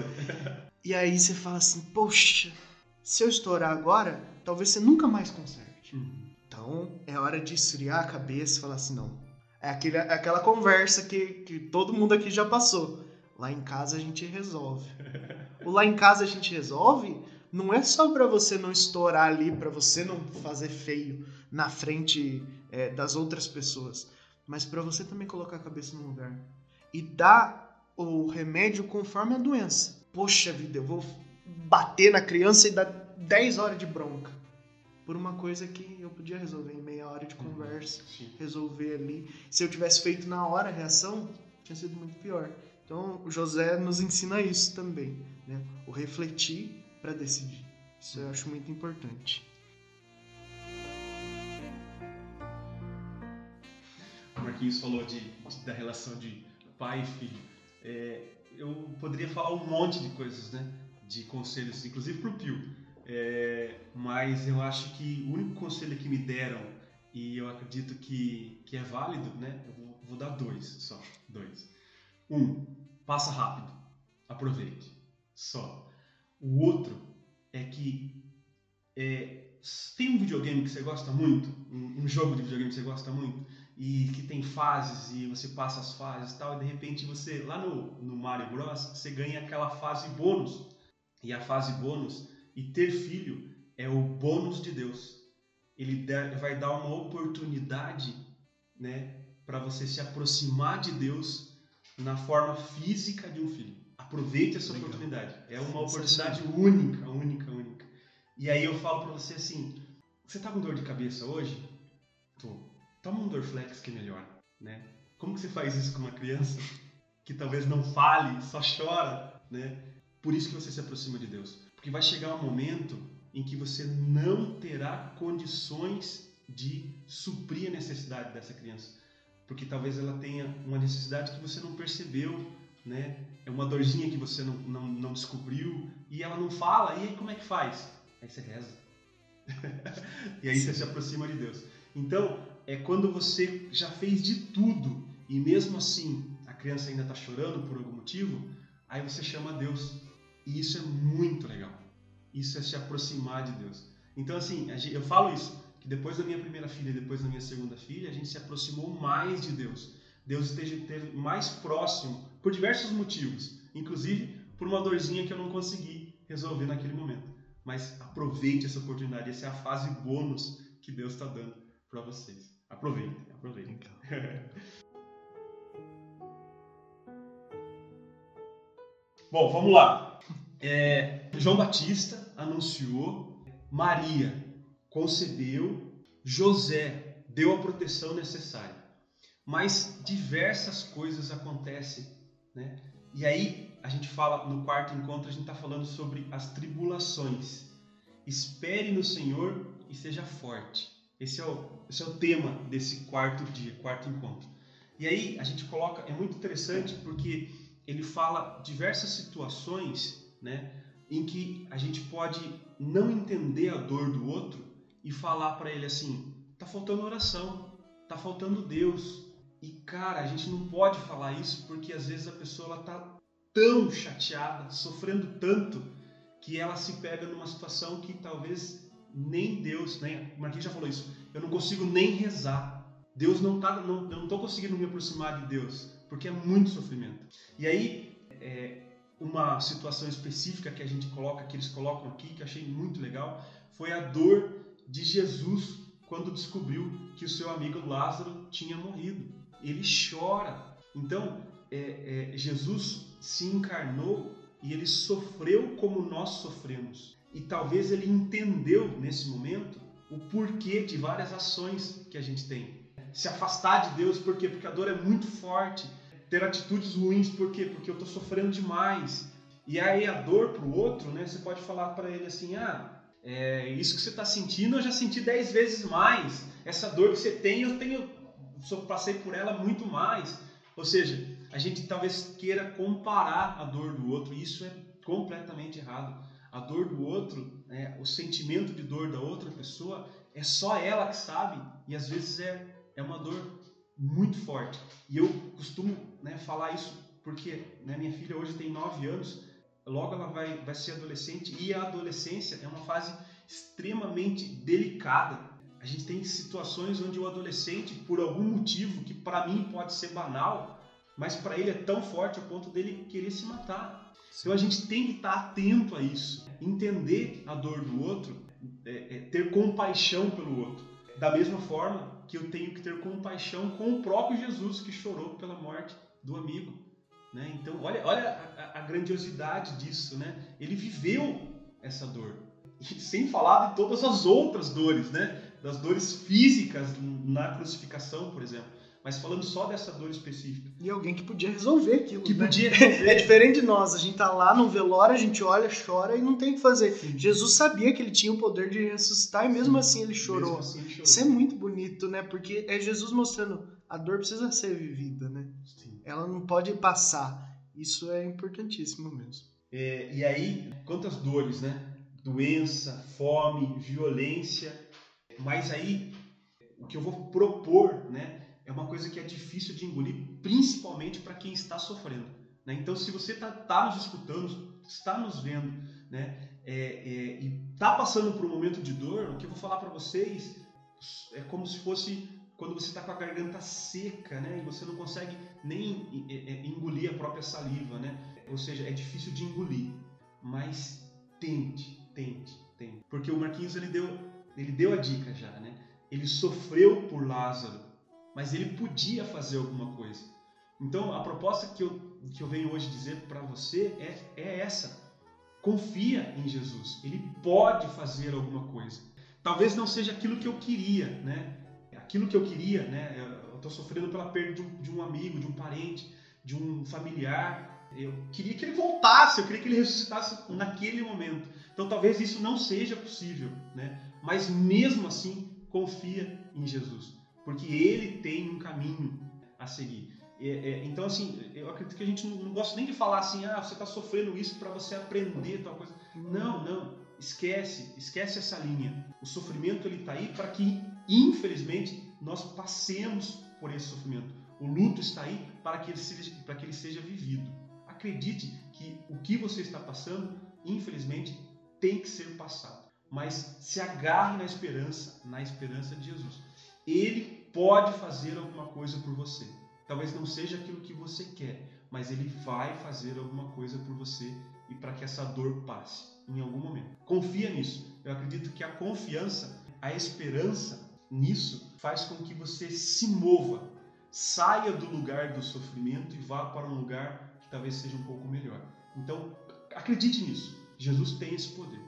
E aí você fala assim, poxa, se eu estourar agora, talvez você nunca mais conserte. Então é hora de esfriar a cabeça e falar assim, não. É aquela conversa que todo mundo aqui já passou. Lá em casa a gente resolve. O lá em casa a gente resolve não é só para você não estourar ali, para você não fazer feio na frente das outras pessoas, mas para você também colocar a cabeça no lugar e dar o remédio conforme a doença. Poxa vida, eu vou bater na criança e dar 10 horas de bronca por uma coisa que eu podia resolver em meia hora de conversa, resolver ali. Se eu tivesse feito na hora a reação, tinha sido muito pior. Então, o José nos ensina isso também, né? O refletir para decidir. Isso eu acho muito importante. O Marquinhos falou da relação de pai e filho. Eu poderia falar um monte de coisas, né? De conselhos, inclusive pro Pio. Mas eu acho que o único conselho que me deram, e eu acredito que é válido, né? Eu vou dar dois. Passa rápido, aproveite, só. O outro é que tem um videogame que você gosta muito, um jogo de videogame que você gosta muito, e que tem fases, e você passa as fases e tal, e de repente você, lá no Mario Bros, você ganha aquela fase bônus, e a fase bônus, e ter filho, é o bônus de Deus. Ele vai dar uma oportunidade, né, para você se aproximar de Deus na forma física de um filho. Aproveite essa oportunidade. É uma oportunidade única. E aí eu falo para você assim, você tá com dor de cabeça hoje? Tô. Toma um Dorflex que melhora, né? Como que você faz isso com uma criança que talvez não fale, só chora, né? Por isso que você se aproxima de Deus. Porque vai chegar um momento em que você não terá condições de suprir a necessidade dessa criança. Porque talvez ela tenha uma necessidade que você não percebeu, né? É uma dorzinha que você não descobriu e ela não fala, e aí como é que faz? Aí você reza. E aí você se aproxima de Deus. Então, é quando você já fez de tudo e mesmo assim a criança ainda está chorando por algum motivo, aí você chama Deus. E isso é muito legal. Isso é se aproximar de Deus. Então, assim, eu falo isso, que depois da minha primeira filha e depois da minha segunda filha, a gente se aproximou mais de Deus. Deus esteve mais próximo por diversos motivos, inclusive por uma dorzinha que eu não consegui resolver naquele momento. Mas aproveite essa oportunidade, essa é a fase bônus que Deus está dando para vocês. Aproveitem. Bom, vamos lá. João Batista anunciou, Maria concebeu, José deu a proteção necessária. Mas diversas coisas acontecem, né? E aí a gente fala no quarto encontro, a gente está falando sobre as tribulações. Espere no Senhor e seja forte. Esse é o tema desse quarto encontro. E aí a gente coloca, é muito interessante porque ele fala diversas situações, né, em que a gente pode não entender a dor do outro e falar para ele assim, tá faltando oração, tá faltando Deus. E cara, a gente não pode falar isso porque às vezes a pessoa ela tá tão chateada, sofrendo tanto, que ela se pega numa situação que talvez nem Deus, né? O Marquinhos já falou isso, eu não consigo nem rezar. Deus não estou conseguindo me aproximar de Deus, porque é muito sofrimento. E aí, uma situação específica que eles colocam aqui, que eu achei muito legal, foi a dor de Jesus quando descobriu que o seu amigo Lázaro tinha morrido. Ele chora. Então, Jesus se encarnou e ele sofreu como nós sofremos. E talvez ele entendeu nesse momento o porquê de várias ações que a gente tem. Se afastar de Deus, por quê? Porque a dor é muito forte. Ter atitudes ruins, por quê? Porque eu estou sofrendo demais. E aí a dor para o outro, né? Você pode falar para ele assim, isso que você está sentindo eu já senti 10 vezes mais. Essa dor que você tem, eu passei por ela muito mais. Ou seja, a gente talvez queira comparar a dor do outro, e isso é completamente errado. A dor do outro, o sentimento de dor da outra pessoa, é só ela que sabe, e às vezes é uma dor muito forte. E eu costumo falar isso porque minha filha hoje tem 9 anos, logo ela vai ser adolescente, e a adolescência é uma fase extremamente delicada. A gente tem situações onde o adolescente, por algum motivo que para mim pode ser banal, mas para ele é tão forte ao ponto dele querer se matar. Então a gente tem que estar atento a isso, entender a dor do outro, ter compaixão pelo outro. Da mesma forma que eu tenho que ter compaixão com o próprio Jesus que chorou pela morte do amigo. Né? Então olha a grandiosidade disso. Né? Ele viveu essa dor. E sem falar de todas as outras dores, né? Das dores físicas na crucificação, por exemplo. Mas falando só dessa dor específica. E alguém que podia resolver aquilo, que né? Podia resolver. É diferente de nós, a gente tá lá no velório, a gente olha, chora e não tem o que fazer. Sim. Jesus sabia que ele tinha o poder de ressuscitar e mesmo assim ele chorou. Isso é muito bonito, né? Porque é Jesus mostrando, a dor precisa ser vivida, né? Sim. Ela não pode passar. Isso é importantíssimo mesmo. E aí, quantas dores, né? Doença, fome, violência. Mas aí, o que eu vou propor, né? É uma coisa que é difícil de engolir, principalmente para quem está sofrendo. Né? Então, se você está nos escutando, está nos vendo, né? E está passando por um momento de dor, o que eu vou falar para vocês é como se fosse quando você está com a garganta seca, né? E você não consegue nem engolir a própria saliva, né? Ou seja, é difícil de engolir. Mas tente. Porque o Marquinhos ele deu a dica já, né? Ele sofreu por Lázaro, mas ele podia fazer alguma coisa. Então, a proposta que eu venho hoje dizer para você é essa. Confia em Jesus. Ele pode fazer alguma coisa. Talvez não seja aquilo que eu queria, né? Aquilo que eu queria, né? Eu estou sofrendo pela perda de um amigo, de um parente, de um familiar. Eu queria que ele voltasse, eu queria que ele ressuscitasse naquele momento. Então, talvez isso não seja possível, né? Mas mesmo assim, confia em Jesus, porque Ele tem um caminho a seguir. Então, assim, eu acredito que a gente não gosta nem de falar assim, você está sofrendo isso para você aprender tal coisa. Não, esquece essa linha. O sofrimento ele está aí para que, infelizmente, nós passemos por esse sofrimento. O luto está aí para que ele seja vivido. Acredite que o que você está passando, infelizmente, tem que ser passado. Mas se agarre na esperança de Jesus. Ele pode fazer alguma coisa por você. Talvez não seja aquilo que você quer, mas ele vai fazer alguma coisa por você e para que essa dor passe em algum momento. Confia nisso. Eu acredito que a confiança, a esperança nisso faz com que você se mova, saia do lugar do sofrimento e vá para um lugar que talvez seja um pouco melhor. Então, acredite nisso. Jesus tem esse poder.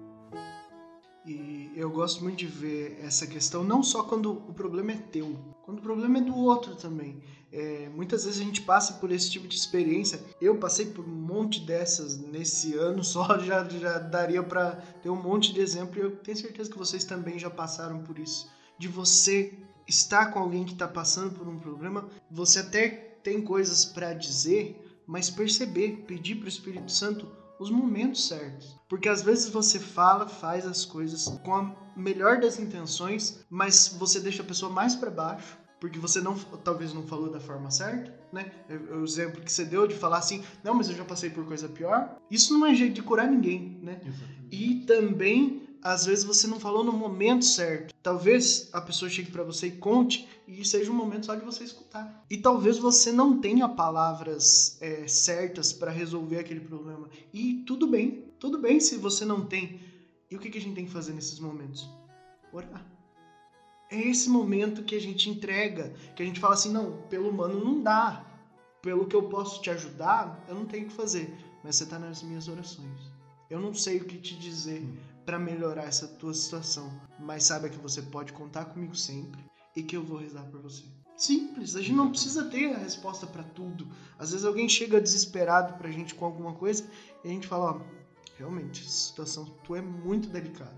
E eu gosto muito de ver essa questão, não só quando o problema é teu. quando o problema é do outro também. Muitas vezes a gente passa por esse tipo de experiência. Eu passei por um monte dessas nesse ano só, já daria para ter um monte de exemplo, e eu tenho certeza que vocês também já passaram por isso. De você estar com alguém que está passando por um problema, você até tem coisas para dizer, mas perceber, pedir para o Espírito Santo os momentos certos. Porque às vezes você faz as coisas com a melhor das intenções, mas você deixa a pessoa mais para baixo, porque você talvez não falou da forma certa, né? O exemplo que você deu de falar assim, não, mas eu já passei por coisa pior. Isso não é jeito de curar ninguém, né? Exatamente. E também, às vezes, você não falou no momento certo. Talvez a pessoa chegue para você e conte, e seja um momento só de você escutar. E talvez você não tenha palavras certas para resolver aquele problema. E tudo bem se você não tem. E o que a gente tem que fazer nesses momentos? Orar. É esse momento que a gente entrega, que a gente fala assim, não, pelo humano não dá. Pelo que eu posso te ajudar, eu não tenho o que fazer. Mas você está nas minhas orações. Eu não sei o que te dizer para melhorar essa tua situação, mas saiba que você pode contar comigo sempre e que eu vou rezar por você. Simples, a gente não precisa ter a resposta para tudo. Às vezes alguém chega desesperado pra gente com alguma coisa e a gente fala, ó, realmente, essa situação tua é muito delicada,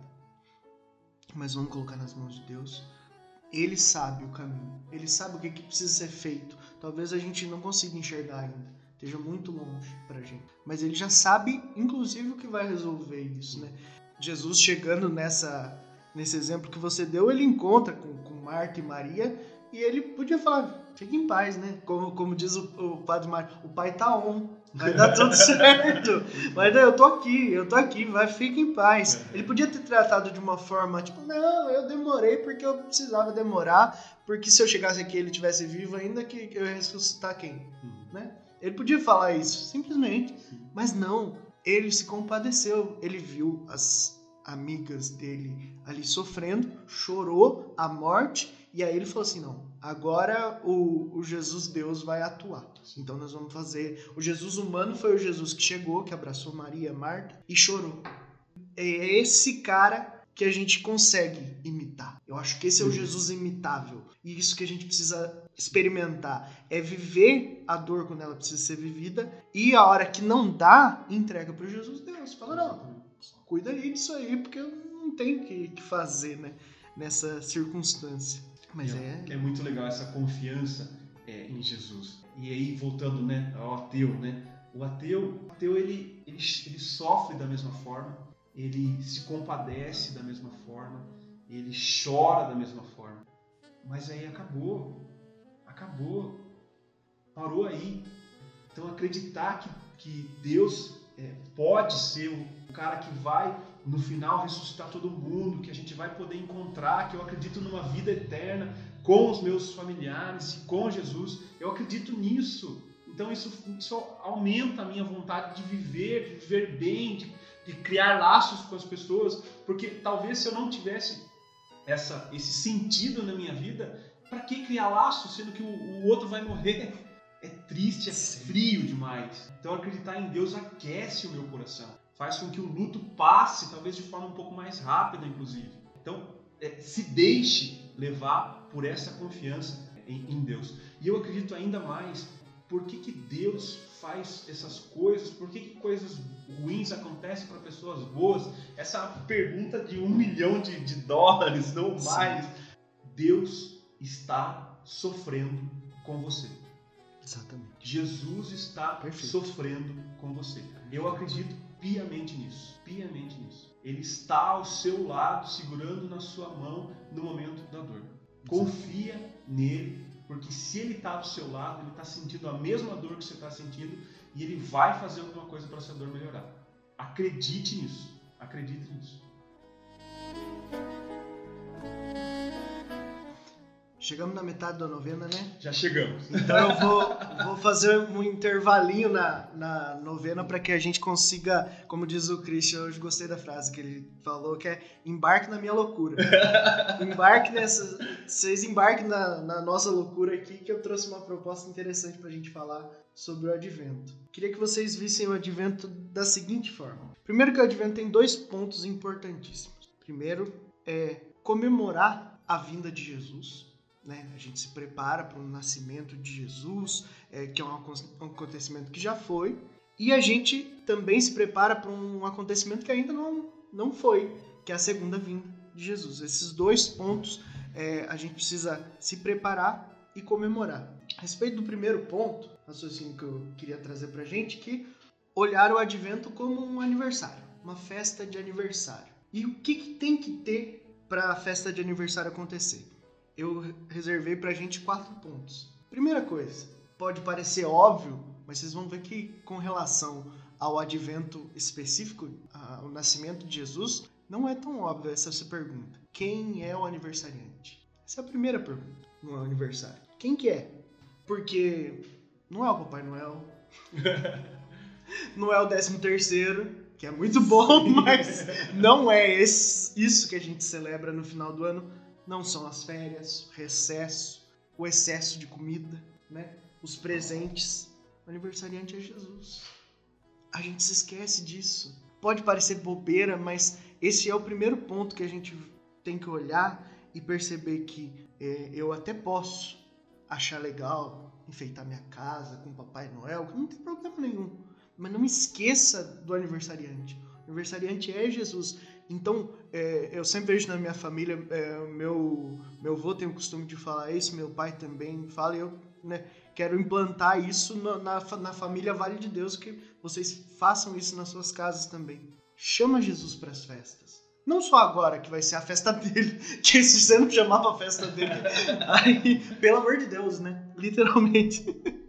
mas vamos colocar nas mãos de Deus. Ele sabe o caminho, ele sabe o que precisa ser feito. Talvez a gente não consiga enxergar ainda, esteja muito longe pra gente, mas ele já sabe, inclusive, o que vai resolver isso, né? Jesus chegando nesse exemplo que você deu, ele encontra com Marta e Maria e ele podia falar, fique em paz, né? Como diz o Padre Mário, o pai tá on, vai dar tudo certo, eu tô aqui, fique em paz. Ele podia ter tratado de uma forma, tipo, não, eu demorei porque eu precisava demorar, porque se eu chegasse aqui e ele estivesse vivo ainda, que eu ia ressuscitar quem? Né? Ele podia falar isso, simplesmente, mas não, ele se compadeceu, ele viu as amigas dele ali sofrendo, chorou a morte, e aí ele falou assim, não, agora o Jesus Deus vai atuar. Então nós vamos fazer... O Jesus humano foi o Jesus que chegou, que abraçou Maria, Marta e chorou. É esse cara que a gente consegue imitar. Eu acho que esse é o Jesus imitável. E isso que a gente precisa experimentar. É viver a dor quando ela precisa ser vivida, e a hora que não dá, entrega para o Jesus Deus. Fala, não, cuida aí disso aí, porque eu não tenho que fazer, né, nessa circunstância. Mas é muito legal essa confiança em Jesus. E aí, voltando, né, ao ateu, né? O ateu ele sofre da mesma forma, ele se compadece da mesma forma, ele chora da mesma forma. Mas aí acabou, parou aí. Então acreditar que Deus pode ser o cara que vai no final ressuscitar todo mundo, que a gente vai poder encontrar, que eu acredito numa vida eterna com os meus familiares e com Jesus, eu acredito nisso. Então isso aumenta a minha vontade de viver bem, de criar laços com as pessoas, porque talvez se eu não tivesse esse sentido na minha vida, para que criar laços, sendo que o outro vai morrer? É triste, é frio demais. Então acreditar em Deus aquece o meu coração, faz com que o luto passe, talvez de forma um pouco mais rápida, inclusive. Então se deixe levar por essa confiança em Deus. E eu acredito ainda mais, por que Deus faz essas coisas? Por que coisas ruins acontecem para pessoas boas? Essa pergunta de $1 milhão, não mais. Deus está sofrendo com você. Exatamente. Jesus está sofrendo com você. Eu acredito piamente nisso. Ele está ao seu lado, segurando na sua mão no momento da dor. Confia nele, porque se ele está do seu lado, ele está sentindo a mesma dor que você está sentindo, e ele vai fazer alguma coisa para essa dor melhorar. Acredite nisso. Chegamos na metade da novena, né? Já chegamos. Então eu vou fazer um intervalinho na novena para que a gente consiga, como diz o Christian, hoje gostei da frase que ele falou, que é embarque na minha loucura. Vocês embarquem na nossa loucura aqui, que eu trouxe uma proposta interessante para a gente falar sobre o Advento. Queria que vocês vissem o Advento da seguinte forma. Primeiro que o Advento tem 2 pontos importantíssimos. Primeiro é comemorar a vinda de Jesus. né? A gente se prepara para o nascimento de Jesus, que é um acontecimento que já foi, e a gente também se prepara para um acontecimento que ainda não foi, que é a segunda vinda de Jesus. Esses 2 pontos a gente precisa se preparar e comemorar. A respeito do primeiro ponto, raciocínio que eu queria trazer para a gente, que olhar o advento como um aniversário, uma festa de aniversário. E o que tem que ter para a festa de aniversário acontecer? Eu reservei pra gente 4 pontos. Primeira coisa, pode parecer óbvio, mas vocês vão ver que com relação ao advento específico, ao nascimento de Jesus, não é tão óbvio essa pergunta. Quem é o aniversariante? Essa é a primeira pergunta no aniversário. Quem que é? Porque não é o Papai Noel, não é o 13º, que é muito bom, mas não é isso que a gente celebra no final do ano. Não são as férias, o recesso, o excesso de comida, né? Os presentes. O aniversariante é Jesus. A gente se esquece disso. Pode parecer bobeira, mas esse é o primeiro ponto que a gente tem que olhar e perceber que eu até posso achar legal enfeitar minha casa com Papai Noel, que não tem problema nenhum. Mas não esqueça do aniversariante. O aniversariante é Jesus. Então, eu sempre vejo na minha família, meu avô tem o costume de falar isso, meu pai também fala, e eu quero implantar isso na família Vale de Deus, que vocês façam isso nas suas casas também. Chama Jesus para as festas. Não só agora que vai ser a festa dele, que se você não chamar pra festa dele, aí, pelo amor de Deus, né? Literalmente.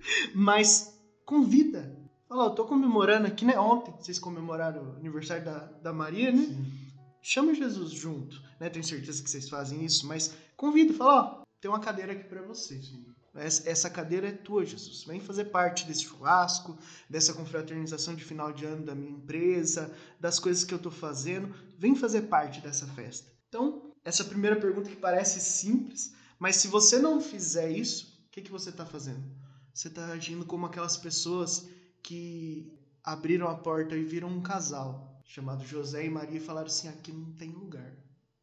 Mas convida. Fala, eu tô comemorando aqui, né? Ontem vocês comemoraram o aniversário da Maria, né? Sim. Chama Jesus junto, né? Tenho certeza que vocês fazem isso, mas convida, fala, ó, tem uma cadeira aqui pra você. Sim. Essa cadeira é tua, Jesus. Vem fazer parte desse churrasco, dessa confraternização de final de ano da minha empresa, das coisas que eu tô fazendo. Vem fazer parte dessa festa. Então, essa primeira pergunta que parece simples, mas se você não fizer isso, o que você tá fazendo? Você tá agindo como aquelas pessoas que abriram a porta e viram um casal chamado José e Maria e falaram assim, aqui não tem lugar.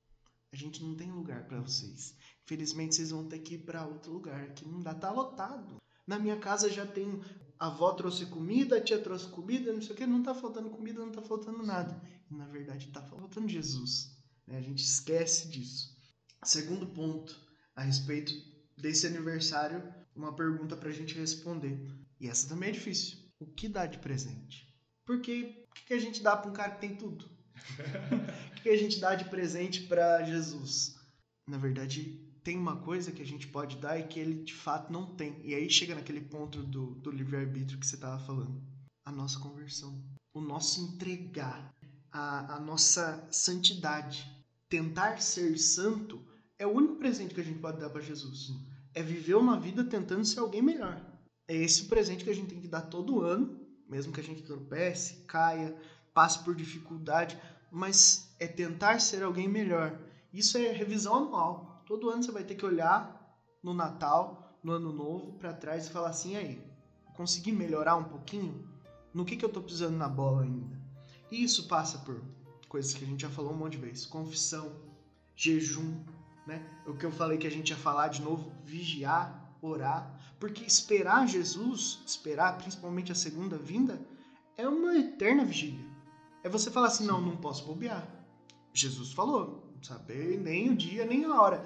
A gente não tem lugar para vocês. Infelizmente, vocês vão ter que ir para outro lugar. Aqui não dá, tá lotado. Na minha casa já tem... A avó trouxe comida, a tia trouxe comida, não sei o que. Não tá faltando comida, não tá faltando nada. E, na verdade, tá faltando Jesus. A gente esquece disso. Segundo ponto, a respeito desse aniversário, uma pergunta pra gente responder. E essa também é difícil. O que dá de presente? Porque o que a gente dá pra um cara que tem tudo? O que a gente dá de presente para Jesus? Na verdade, tem uma coisa que a gente pode dar e que ele de fato não tem. E aí chega naquele ponto do livre-arbítrio que você estava falando. A nossa conversão. O nosso entregar. A nossa santidade. Tentar ser santo é o único presente que a gente pode dar para Jesus. É viver uma vida tentando ser alguém melhor. É esse o presente que a gente tem que dar todo ano, mesmo que a gente tropece, caia, passe por dificuldade, mas é tentar ser alguém melhor. Isso é revisão anual. Todo ano você vai ter que olhar no Natal, no Ano Novo, para trás e falar assim, aí, consegui melhorar um pouquinho? No que eu tô pisando na bola ainda? E isso passa por coisas que a gente já falou um monte de vezes. Confissão, jejum, né? O que eu falei que a gente ia falar de novo, vigiar, orar. Porque esperar Jesus, esperar principalmente a segunda vinda, é uma eterna vigília. É você falar assim, não posso bobear. Jesus falou, não saber nem o dia, nem a hora.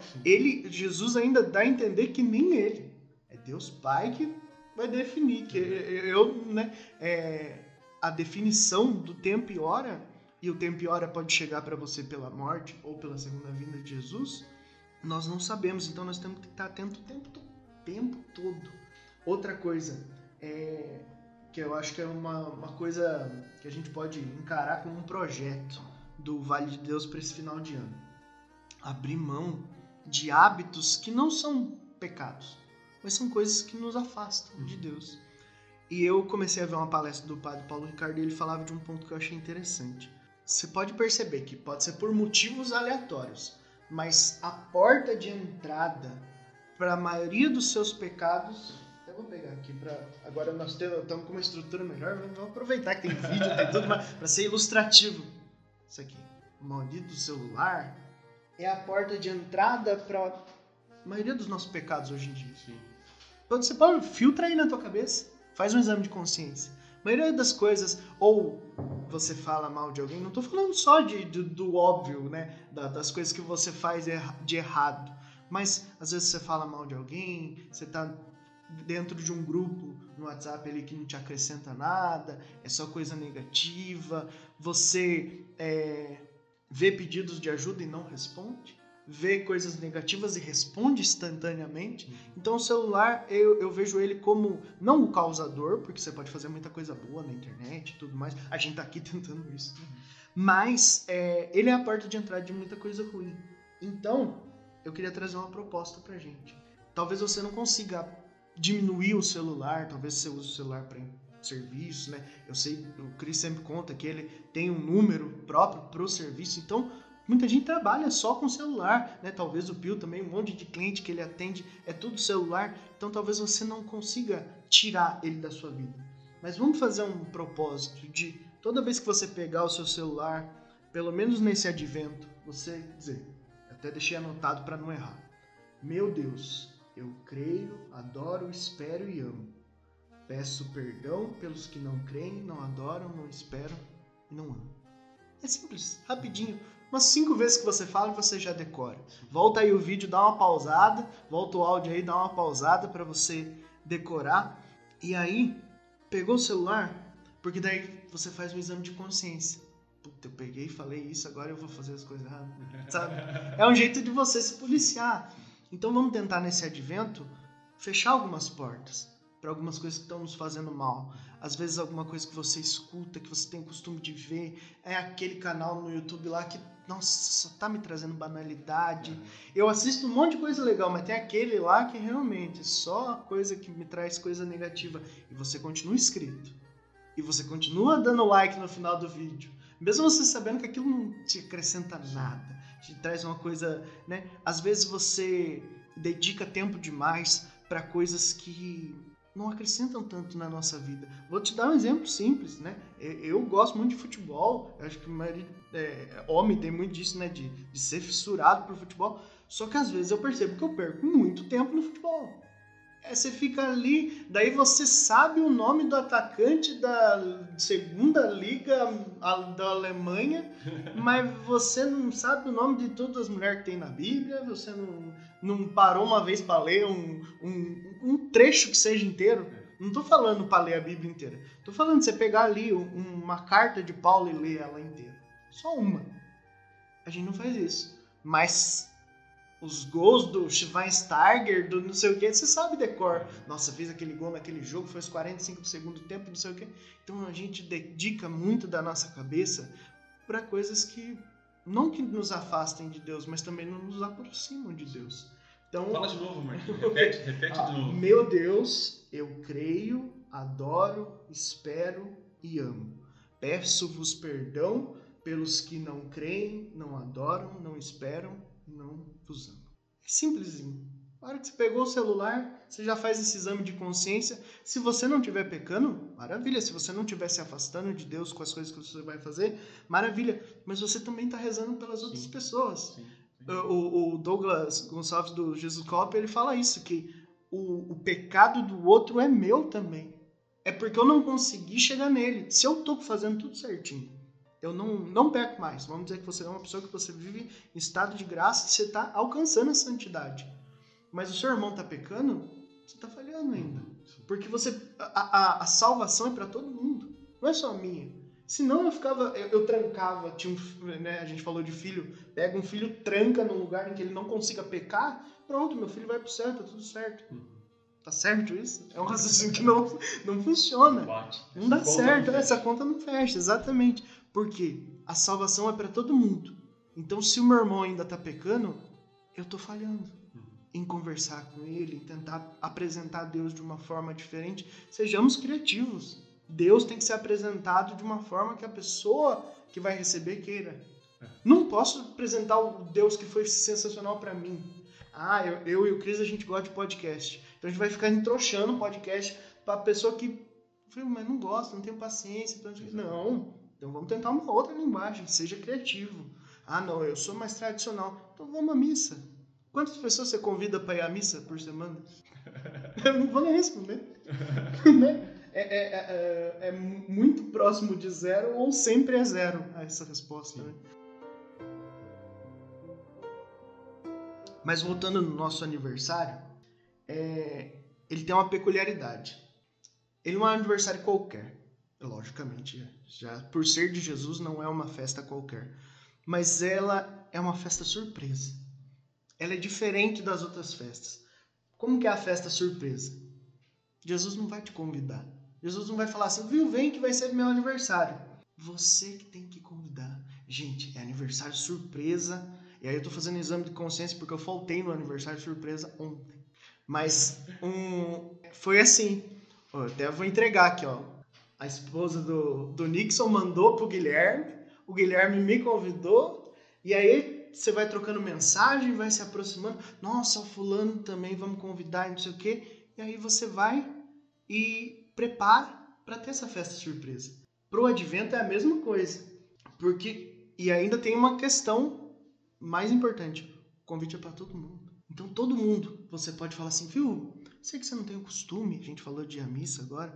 Jesus ainda dá a entender que nem ele. É Deus Pai que vai definir. Que a definição do tempo e hora, e o tempo e hora pode chegar para você pela morte ou pela segunda vinda de Jesus, nós não sabemos. Então nós temos que estar atento o tempo todo. Outra coisa, que eu acho que é uma coisa que a gente pode encarar como um projeto do Vale de Deus para esse final de ano. Abrir mão de hábitos que não são pecados, mas são coisas que nos afastam de Deus. E eu comecei a ver uma palestra do padre Paulo Ricardo e ele falava de um ponto que eu achei interessante. Você pode perceber que pode ser por motivos aleatórios, mas a porta de entrada para a maioria dos seus pecados... Eu vou pegar aqui para... Agora nós estamos com uma estrutura melhor, vamos aproveitar que tem vídeo, tem tudo, mas para ser ilustrativo. Isso aqui, o maldito celular, é a porta de entrada para maioria dos nossos pecados hoje em dia. Sim. Você pode filtrar aí na tua cabeça, faz um exame de consciência. A maioria das coisas, ou você fala mal de alguém, não estou falando só do óbvio, né? Das coisas que você faz de errado. Mas às vezes você fala mal de alguém, você está dentro de um grupo no WhatsApp ali que não te acrescenta nada, é só coisa negativa, você vê pedidos de ajuda e não responde, vê coisas negativas e responde instantaneamente. Então o celular, eu vejo ele como, não o causador, porque você pode fazer muita coisa boa na internet e tudo mais, a gente tá aqui tentando isso, mas ele é a porta de entrada de muita coisa ruim. Então, eu queria trazer uma proposta pra gente. Talvez você não consiga diminuir o celular, talvez você use o celular para serviço, né? Eu sei, o Cris sempre conta que ele tem um número próprio para o serviço, então muita gente trabalha só com celular, né? Talvez o Pio também, um monte de cliente que ele atende é tudo celular, então talvez você não consiga tirar ele da sua vida. Mas vamos fazer um propósito de toda vez que você pegar o seu celular, pelo menos nesse advento, você dizer, até deixei anotado para não errar, meu Deus, eu creio, adoro, espero e amo. Peço perdão pelos que não creem, não adoram, não esperam e não amam. É simples, rapidinho. Umas 5 vezes que você fala, você já decora. Volta aí o vídeo, dá uma pausada. Volta o áudio aí, dá uma pausada para você decorar. E aí, pegou o celular, porque daí você faz um exame de consciência. Puta, eu peguei e falei isso, agora eu vou fazer as coisas erradas. Sabe? É um jeito de você se policiar. Então vamos tentar nesse advento fechar algumas portas para algumas coisas que estão nos fazendo mal. Às vezes alguma coisa que você escuta, que você tem o costume de ver, é aquele canal no YouTube lá que, nossa, só tá me trazendo banalidade. Eu assisto um monte de coisa legal, mas tem aquele lá que realmente é só coisa que me traz coisa negativa. E você continua inscrito. E você continua dando like no final do vídeo. Mesmo você sabendo que aquilo não te acrescenta nada. Te traz uma coisa, né? Às vezes você dedica tempo demais para coisas que não acrescentam tanto na nossa vida. Vou te dar um exemplo simples, né? Eu gosto muito de futebol, eu acho que homem tem muito disso, né? De ser fissurado por futebol. Só que às vezes eu percebo que eu perco muito tempo no futebol. Você fica ali, daí você sabe o nome do atacante da segunda liga da Alemanha, mas você não sabe o nome de todas as mulheres que tem na Bíblia, você não parou uma vez para ler um trecho que seja inteiro. Não tô falando para ler a Bíblia inteira, tô falando de você pegar ali uma carta de Paulo e ler ela inteira. Só uma. A gente não faz isso, mas os gols do Schweinsteiger, do não sei o que, você sabe decor. Nossa, fez aquele gol naquele jogo, foi os 45 do segundo tempo, não sei o que. Então a gente dedica muito da nossa cabeça para coisas que não que nos afastem de Deus, mas também não nos aproximam de Deus. Então, fala de novo, Marquinhos. Repete de novo. Meu Deus, eu creio, adoro, espero e amo. Peço-vos perdão pelos que não creem, não adoram, não esperam, não vos amo. É simplesinho. Na hora que você pegou o celular, você já faz esse exame de consciência. Se você não estiver pecando, maravilha. Se você não estiver se afastando de Deus com as coisas que você vai fazer, maravilha. Mas você também está rezando pelas outras pessoas. Sim. O Douglas Gonçalves do Jesus Cop, ele fala isso, que o pecado do outro é meu também. É porque eu não consegui chegar nele. Se eu estou fazendo tudo certinho, eu não peco mais. Vamos dizer que você é uma pessoa que você vive em estado de graça e você está alcançando a santidade. Mas o seu irmão está pecando, você está falhando ainda. Porque a salvação é para todo mundo. Não é só minha. Senão eu trancava, né, a gente falou de filho, pega um filho, tranca num lugar em que ele não consiga pecar, pronto, meu filho vai pro céu, tá tudo certo. Tá certo isso? É um raciocínio que não funciona. Não dá certo, essa conta não fecha, exatamente. Por quê? A salvação é para todo mundo. Então, se o meu irmão ainda está pecando, eu estou falhando em conversar com ele, em tentar apresentar Deus de uma forma diferente. Sejamos criativos. Deus tem que ser apresentado de uma forma que a pessoa que vai receber queira. Não posso apresentar o Deus que foi sensacional para mim. Eu e o Cris, a gente gosta de podcast. Então, a gente vai ficar entroxando o podcast para a pessoa que... mas não gosta, não tem paciência. Não. Então vamos tentar uma outra linguagem, seja criativo. Não, eu sou mais tradicional. Então vamos à missa. Quantas pessoas você convida para ir à missa por semana? Eu não vou nem responder. Né? É muito próximo de zero ou sempre é zero essa resposta. Né? Mas voltando no nosso aniversário, ele tem uma peculiaridade. Ele não é um aniversário qualquer. Logicamente, já por ser de Jesus, não é uma festa qualquer. Mas ela é uma festa surpresa. Ela é diferente das outras festas. Como que é a festa surpresa? Jesus não vai te convidar. Jesus não vai falar assim, viu, vem que vai ser meu aniversário. Você que tem que convidar. Gente, é aniversário surpresa. E aí eu tô fazendo exame de consciência porque eu faltei no aniversário surpresa ontem. Mas foi assim. Eu até vou entregar aqui, ó. A esposa do Nixon mandou pro Guilherme. O Guilherme me convidou. E aí você vai trocando mensagem, vai se aproximando. Nossa, o fulano também, vamos convidar, não sei o quê. E aí você vai e prepara para ter essa festa surpresa. Pro advento é a mesma coisa. E ainda tem uma questão mais importante. O convite é para todo mundo. Então todo mundo, você pode falar assim, viu, sei que você não tem o costume, a gente falou de ir à missa agora,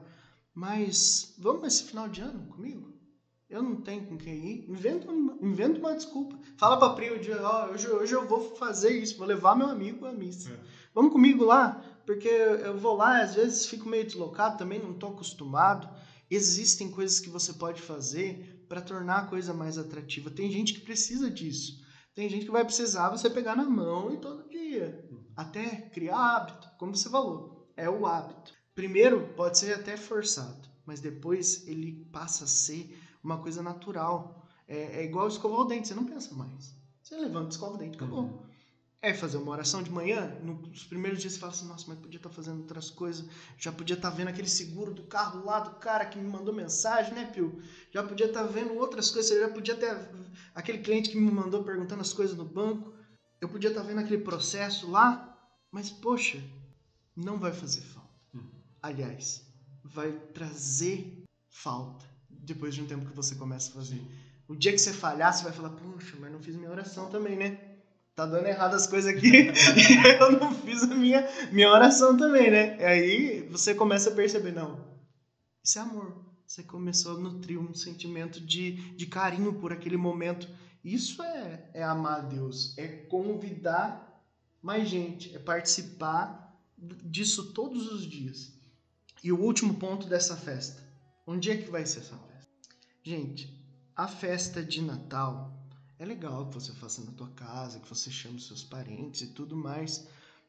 mas vamos esse final de ano comigo? Eu não tenho com quem ir. Inventa uma desculpa. Fala pra Pri o dia, hoje eu vou fazer isso, vou levar meu amigo à missa. Vamos comigo lá? Porque eu vou lá, às vezes fico meio deslocado, também não tô acostumado. Existem coisas que você pode fazer para tornar a coisa mais atrativa. Tem gente que precisa disso. Tem gente que vai precisar você pegar na mão e todo dia. Até criar hábito, como você falou. É o hábito. Primeiro, pode ser até forçado, mas depois ele passa a ser uma coisa natural. É igual escovar o dente, você não pensa mais. Você levanta, escova o dente, acabou. Fazer uma oração de manhã, nos primeiros dias você fala assim, nossa, mas podia estar fazendo outras coisas, já podia estar vendo aquele seguro do carro lá do cara que me mandou mensagem, né, Pio? Já podia estar vendo outras coisas, já podia ter aquele cliente que me mandou perguntando as coisas no banco, eu podia estar vendo aquele processo lá, mas, poxa, não vai fazer falta. Aliás, vai trazer falta depois de um tempo que você começa a fazer. O dia que você falhar, você vai falar, poxa, mas não fiz minha oração também, né? Tá dando errado as coisas aqui e eu não fiz a minha oração também, né? E aí você começa a perceber, não, isso é amor. Você começou a nutrir um sentimento de carinho por aquele momento. Isso é amar a Deus, é convidar mais gente, é participar disso todos os dias. E o último ponto dessa festa. Onde é que vai ser essa festa? Gente, a festa de Natal é legal que você faça na tua casa, que você chame os seus parentes e tudo mais,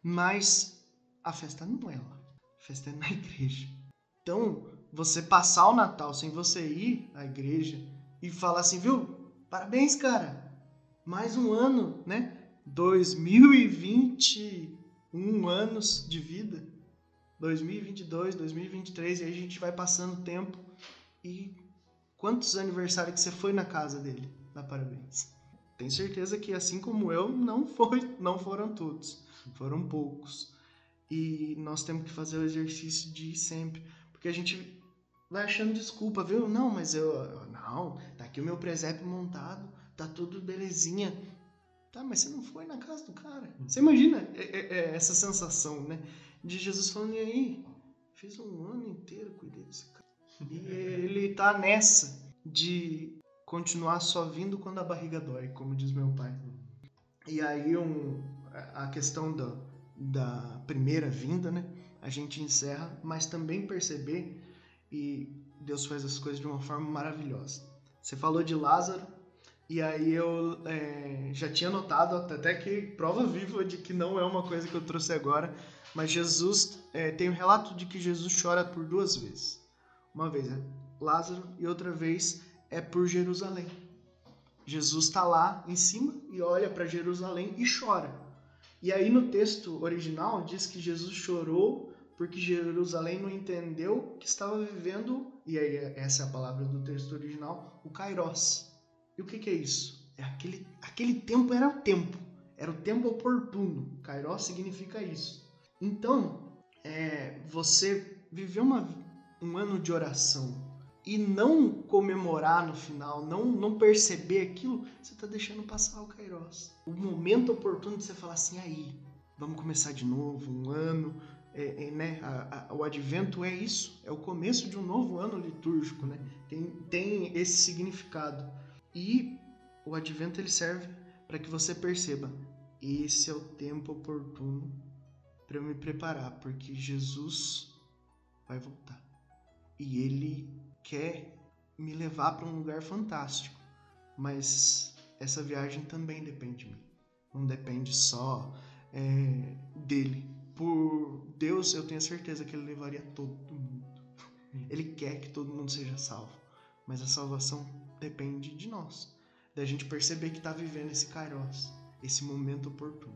mas a festa não é lá. A festa é na igreja. Então, você passar o Natal sem você ir à igreja e falar assim, viu? Parabéns, cara! Mais um ano, né? 2021 anos de vida. 2022, 2023, e aí a gente vai passando o tempo. E quantos aniversários que você foi na casa dele? Dá parabéns. Tenho certeza que, assim como eu, não foram todos. Foram poucos. E nós temos que fazer o exercício de ir sempre. Porque a gente vai achando desculpa, viu? Não, mas não, tá aqui o meu presépio montado, tá tudo belezinha. Tá, mas você não foi na casa do cara. Você imagina essa sensação, né? De Jesus falando, e aí? Fiz um ano inteiro, cuidei desse cara. E ele tá nessa de continuar só vindo quando a barriga dói, como diz meu pai. E aí a questão da primeira vinda, né? A gente encerra, mas também perceber, e Deus faz as coisas de uma forma maravilhosa. Você falou de Lázaro, e aí eu já tinha notado, até que prova viva de que não é uma coisa que eu trouxe agora, mas Jesus, tem um relato de que Jesus chora por 2 vezes. Uma vez é Lázaro e outra vez é por Jerusalém. Jesus está lá em cima e olha para Jerusalém e chora. E aí no texto original diz que Jesus chorou porque Jerusalém não entendeu que estava vivendo, e aí essa é a palavra do texto original, o Kairos. E o que é isso? Aquele tempo era o tempo oportuno. Kairos significa isso. Então, você viveu um ano de oração, e não comemorar no final, não perceber aquilo, você está deixando passar o Kairos. O momento oportuno de você falar assim, aí, vamos começar de novo, um ano, né? O Advento é isso, é o começo de um novo ano litúrgico, né? Tem esse significado. E o Advento ele serve para que você perceba, esse é o tempo oportuno para eu me preparar, porque Jesus vai voltar. E Ele quer me levar para um lugar fantástico, mas essa viagem também depende de mim. Não depende só dele. Por Deus, eu tenho certeza que Ele levaria todo mundo. Ele quer que todo mundo seja salvo, mas a salvação depende de nós, da gente perceber que está vivendo esse Kairos, esse momento oportuno.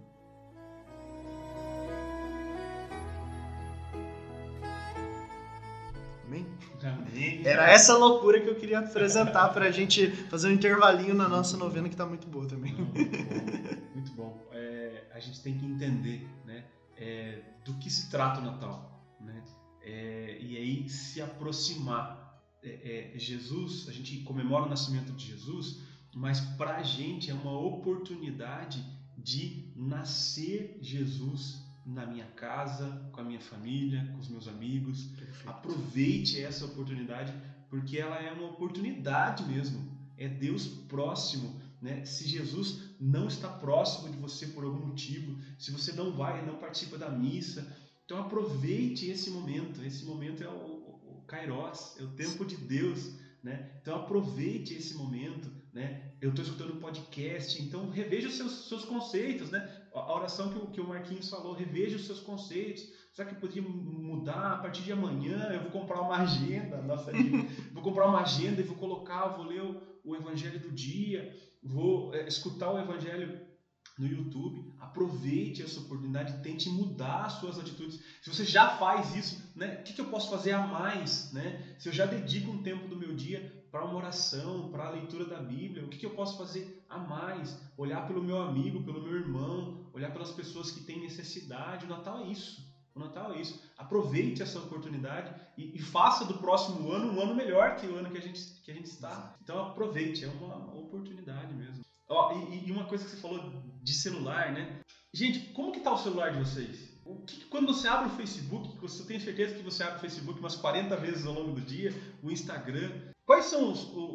Amém? Era essa loucura que eu queria apresentar pra gente fazer um intervalinho na nossa novena, que tá muito boa também. Muito bom. A gente tem que entender, né, do que se trata o Natal, né? E aí se aproximar. Jesus, a gente comemora o nascimento de Jesus, mas pra gente é uma oportunidade de nascer Jesus na minha casa, com a minha família, com os meus amigos. Perfeito. Aproveite essa oportunidade, porque ela é uma oportunidade mesmo. É Deus próximo, né? Se Jesus não está próximo de você por algum motivo, se você não participa da missa, então aproveite esse momento. Esse momento é o Kairos, é o tempo de Deus, né? Então aproveite esse momento, né? Eu estou escutando um podcast, então reveja os seus conceitos, né? A oração que o Marquinhos falou, reveja os seus conceitos. Será que eu poderia mudar? A partir de amanhã eu vou comprar uma agenda, vou comprar uma agenda e vou ler o Evangelho do dia, vou escutar o Evangelho no YouTube. Aproveite essa oportunidade, tente mudar as suas atitudes. Se você já faz isso, né, o que eu posso fazer a mais? Né? Se eu já dedico um tempo do meu dia para uma oração, para a leitura da Bíblia, o que eu posso fazer a mais? Olhar pelo meu amigo, pelo meu irmão, olhar pelas pessoas que têm necessidade. O Natal é isso. O Natal é isso. Aproveite essa oportunidade e faça do próximo ano um ano melhor que o ano que a gente está. Então aproveite, é uma oportunidade mesmo. E uma coisa que você falou de celular, né? Gente, como que tá o celular de vocês? Quando você abre o Facebook, eu tenho certeza que você abre o Facebook umas 40 vezes ao longo do dia, o Instagram. Quais são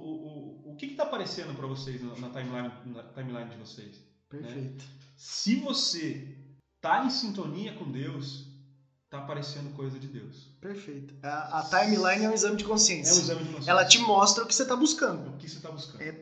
o que está aparecendo para vocês na timeline de vocês? Perfeito. Né? Se você tá em sintonia com Deus, tá aparecendo coisa de Deus. Perfeito. A timeline é um exame de consciência. É um exame de consciência. Ela te mostra o que você está buscando. O que você está buscando. É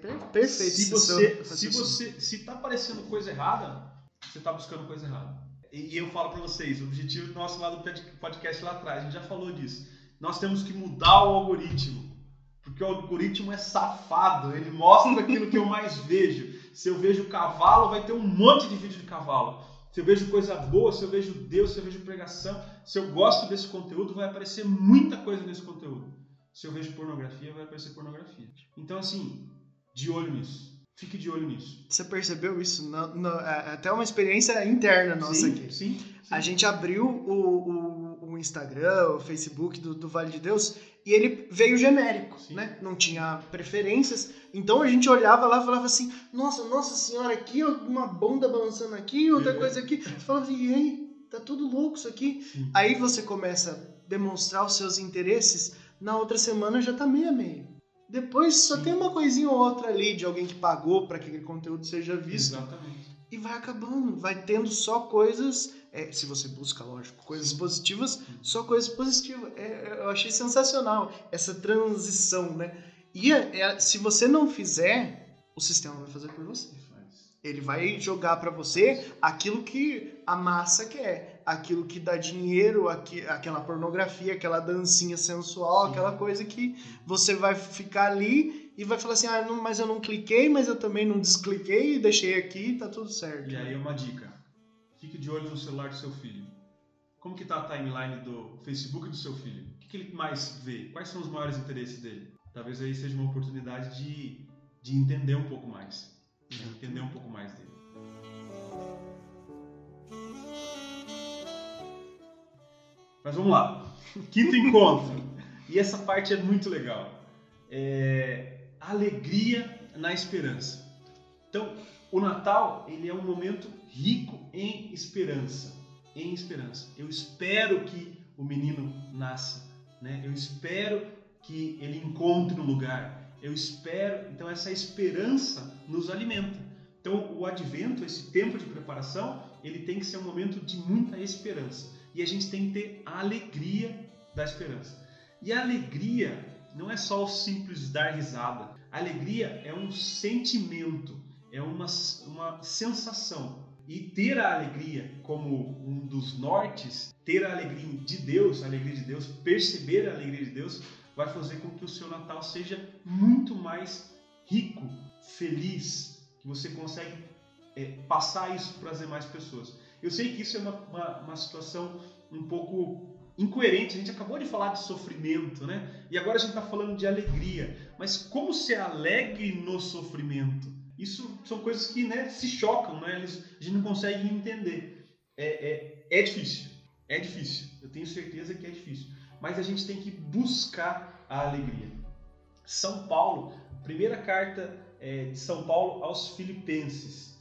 perfeito. Se tá aparecendo coisa errada, você tá buscando coisa errada. E eu falo para vocês, o objetivo nosso lá do podcast lá atrás, a gente já falou disso. Nós temos que mudar o algoritmo. Porque o algoritmo é safado, ele mostra aquilo que eu mais vejo. Se eu vejo cavalo, vai ter um monte de vídeo de cavalo. Se eu vejo coisa boa, se eu vejo Deus, se eu vejo pregação, se eu gosto desse conteúdo, vai aparecer muita coisa nesse conteúdo. Se eu vejo pornografia, vai aparecer pornografia. Então, assim, de olho nisso. Fique de olho nisso. Você percebeu isso? Até uma experiência interna nossa aqui. Sim. A gente abriu o Instagram, o Facebook do Vale de Deus e ele veio genérico, né? Não tinha preferências. Então a gente olhava lá e falava assim, nossa senhora, aqui uma bunda balançando aqui, outra coisa aqui. Você falava assim, e aí, tá tudo louco isso aqui. Sim. Aí você começa a demonstrar os seus interesses, na outra semana já tá meio a meio. Depois só tem uma coisinha ou outra ali de alguém que pagou para que aquele conteúdo seja visto. Exatamente. E vai acabando, vai tendo só coisas, se você busca, lógico, coisas positivas, só coisas positivas. Eu achei sensacional essa transição, né? E se você não fizer, o sistema vai fazer por você. Ele vai jogar para você aquilo que a massa quer, aquilo que dá dinheiro, aquela pornografia, aquela dancinha sensual, sim, aquela coisa que você vai ficar ali e vai falar assim, mas eu não cliquei, mas eu também não descliquei e deixei aqui, tá tudo certo. E aí uma dica, fique de olho no celular do seu filho. Como que tá a timeline do Facebook do seu filho? O que ele mais vê? Quais são os maiores interesses dele? Talvez aí seja uma oportunidade de entender um pouco mais. Entender um pouco mais dele. Mas vamos lá. Quinto encontro. E essa parte é muito legal. alegria na esperança. Então, o Natal, ele é um momento rico em esperança. Em esperança. Eu espero que o menino nasça, né? Eu espero que ele encontre um lugar. Eu espero. Então, essa esperança nos alimenta. Então, o Advento, esse tempo de preparação, ele tem que ser um momento de muita esperança. E a gente tem que ter a alegria da esperança. E a alegria não é só o simples dar risada. A alegria é um sentimento, é uma sensação. E ter a alegria como um dos nortes, ter a alegria de Deus, perceber a alegria de Deus, vai fazer com que o seu Natal seja muito mais rico, feliz, que você consegue passar isso para as demais pessoas. Eu sei que isso é uma situação um pouco incoerente. A gente acabou de falar de sofrimento, né? E agora a gente está falando de alegria. Mas como ser alegre no sofrimento? Isso são coisas que, né, se chocam, né? A gente não consegue entender. É difícil. É difícil. Eu tenho certeza que é difícil. Mas a gente tem que buscar a alegria. São Paulo, primeira carta de São Paulo aos Filipenses.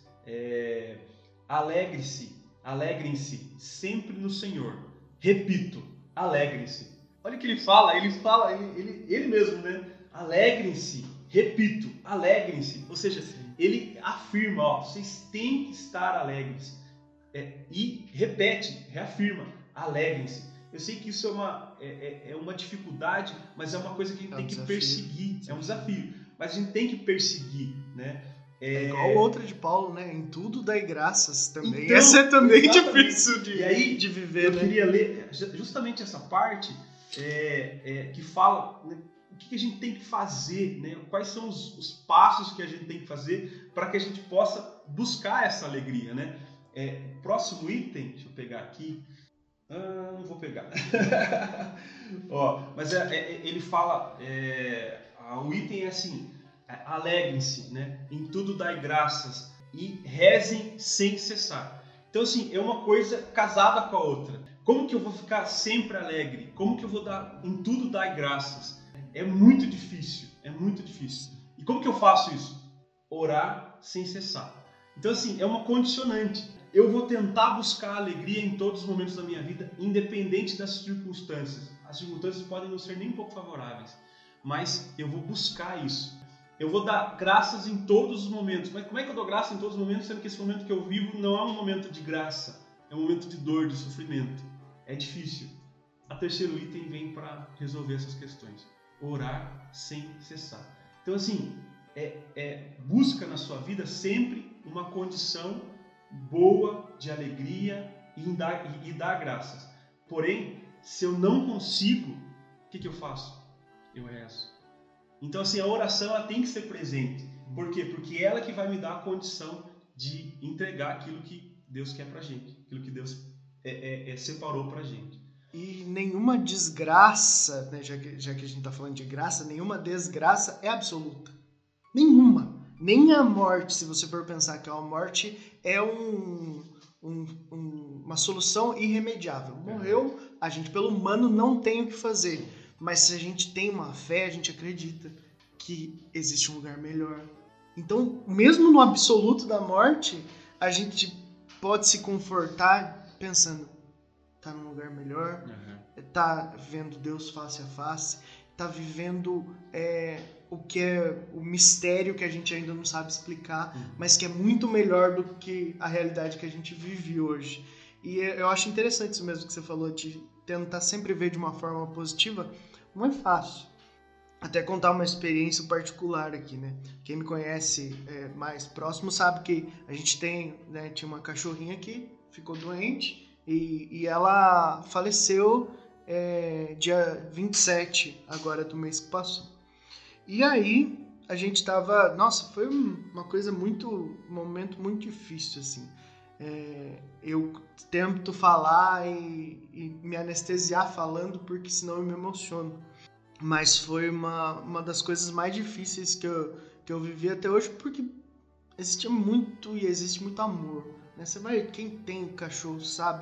Alegrem-se sempre no Senhor. Repito, alegrem-se. Olha o que ele fala, ele mesmo, né? Alegrem-se, repito, alegrem-se. Ou seja, ele afirma, ó, vocês têm que estar alegres. E repete, reafirma, alegrem-se. Eu sei que isso é uma dificuldade, mas é uma coisa que a gente tem que perseguir. É um desafio, mas a gente tem que perseguir, né? É igual outra de Paulo, né? Em tudo dai graças também. Então, essa é também exatamente difícil de viver, eu né? queria ler justamente essa parte que fala, né, o que a gente tem que fazer, né? Quais são os passos que a gente tem que fazer para que a gente possa buscar essa alegria, né? Próximo item, deixa eu pegar aqui. Não vou pegar. Mas ele fala, o item é assim: alegrem-se, né? Em tudo dai graças e rezem sem cessar. Então, assim, é uma coisa casada com a outra. Como que eu vou ficar sempre alegre? Como que eu vou em tudo dar graças? É muito difícil, é muito difícil. E como que eu faço isso? Orar sem cessar. Então, assim, é uma condicionante. Eu vou tentar buscar alegria em todos os momentos da minha vida, independente das circunstâncias. As circunstâncias podem não ser nem um pouco favoráveis, mas eu vou buscar isso. Eu vou dar graças em todos os momentos. Mas como é que eu dou graça em todos os momentos, sendo que esse momento que eu vivo não é um momento de graça, é um momento de dor, de sofrimento? É difícil. O terceiro item vem para resolver essas questões. Orar sem cessar. Então, assim, busca na sua vida sempre uma condição boa de alegria e dar graças. Porém, se eu não consigo, o que eu faço? Eu rezo. Então, assim, a oração ela tem que ser presente. Por quê? Porque é ela que vai me dar a condição de entregar aquilo que Deus quer pra gente, aquilo que Deus separou pra gente. E nenhuma desgraça, né, já que a gente está falando de graça, nenhuma desgraça é absoluta. Nenhuma. Nem a morte, se você for pensar que a morte é uma solução irremediável. Morreu, a gente pelo humano não tem o que fazer. Mas se a gente tem uma fé, a gente acredita que existe um lugar melhor. Então, mesmo no absoluto da morte, a gente pode se confortar pensando, tá num lugar melhor, tá vendo Deus face a face, tá vivendo o que é o mistério que a gente ainda não sabe explicar, mas que é muito melhor do que a realidade que a gente vive hoje. E eu acho interessante isso mesmo que você falou, de tentar sempre ver de uma forma positiva. Não é fácil. Até contar uma experiência particular aqui, né? Quem me conhece mais próximo sabe que a gente tinha uma cachorrinha que ficou doente e ela faleceu dia 27 agora do mês que passou. E aí a gente tava... Nossa, foi um momento muito difícil, assim. Eu tento falar e me anestesiar falando, porque senão eu me emociono. Mas foi uma das coisas mais difíceis que eu vivi até hoje, porque existia muito e existe muito amor, né? Quem tem cachorro sabe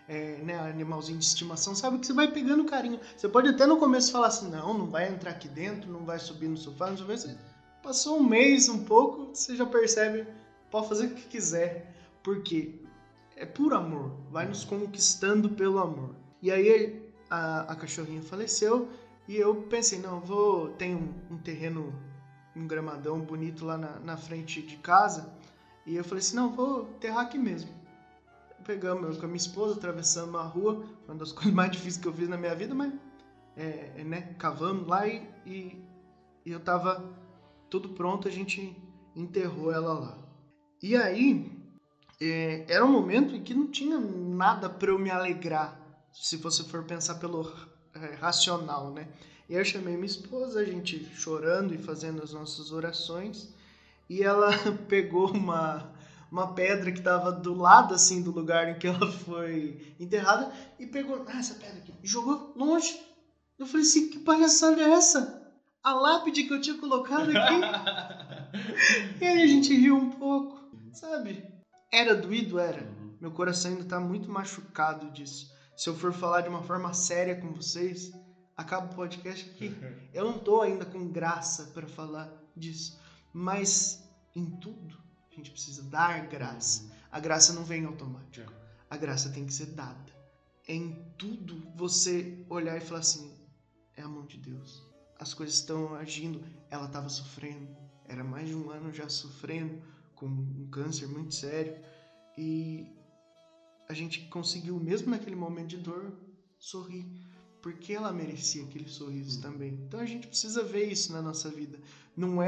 né, animalzinho de estimação, sabe que você vai pegando carinho. Você pode até no começo falar assim, não vai entrar aqui dentro, não vai subir no sofá, não sei o que. Você passou um mês, um pouco, você já percebe, pode fazer o que quiser. Porque é por amor, vai nos conquistando pelo amor. E aí a cachorrinha faleceu e eu pensei, não, tem um terreno, um gramadão bonito lá na frente de casa. E eu falei assim, não, vou enterrar aqui mesmo. Pegamos com a minha esposa, atravessamos a rua, uma das coisas mais difíceis que eu fiz na minha vida, mas, né, cavamos lá e eu tava tudo pronto, a gente enterrou ela lá. E aí, era um momento em que não tinha nada para eu me alegrar, se você for pensar pelo racional, né? E aí eu chamei minha esposa, a gente chorando e fazendo as nossas orações, e ela pegou uma pedra que estava do lado, assim, do lugar em que ela foi enterrada, e pegou essa pedra aqui e jogou longe. Eu falei assim, que palhaçada é essa? A lápide que eu tinha colocado aqui? E aí a gente riu um pouco, sabe? Era doído? Era. Meu coração ainda tá muito machucado disso. Se eu for falar de uma forma séria com vocês, acaba o podcast aqui. Eu não tô ainda com graça para falar disso. Mas em tudo a gente precisa dar graça. A graça não vem automático. A graça tem que ser dada. Em tudo você olhar e falar assim, é a mão de Deus. As coisas estão agindo. Ela estava sofrendo. Era mais de 1 ano já sofrendo com um câncer muito sério. E a gente conseguiu, mesmo naquele momento de dor, sorrir. Porque ela merecia aquele sorriso também. Então a gente precisa ver isso na nossa vida. Não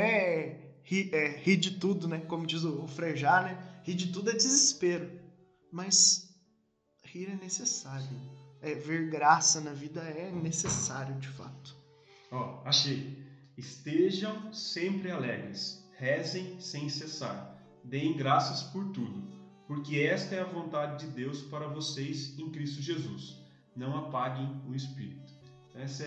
rir de tudo, né? Como diz o Frejá, né? Rir de tudo é desespero. Mas rir é necessário. Ver graça na vida é necessário, de fato. Achei. Estejam sempre alegres. Rezem sem cessar. Deem graças por tudo. Porque esta é a vontade de Deus para vocês em Cristo Jesus. Não apaguem o Espírito. Essa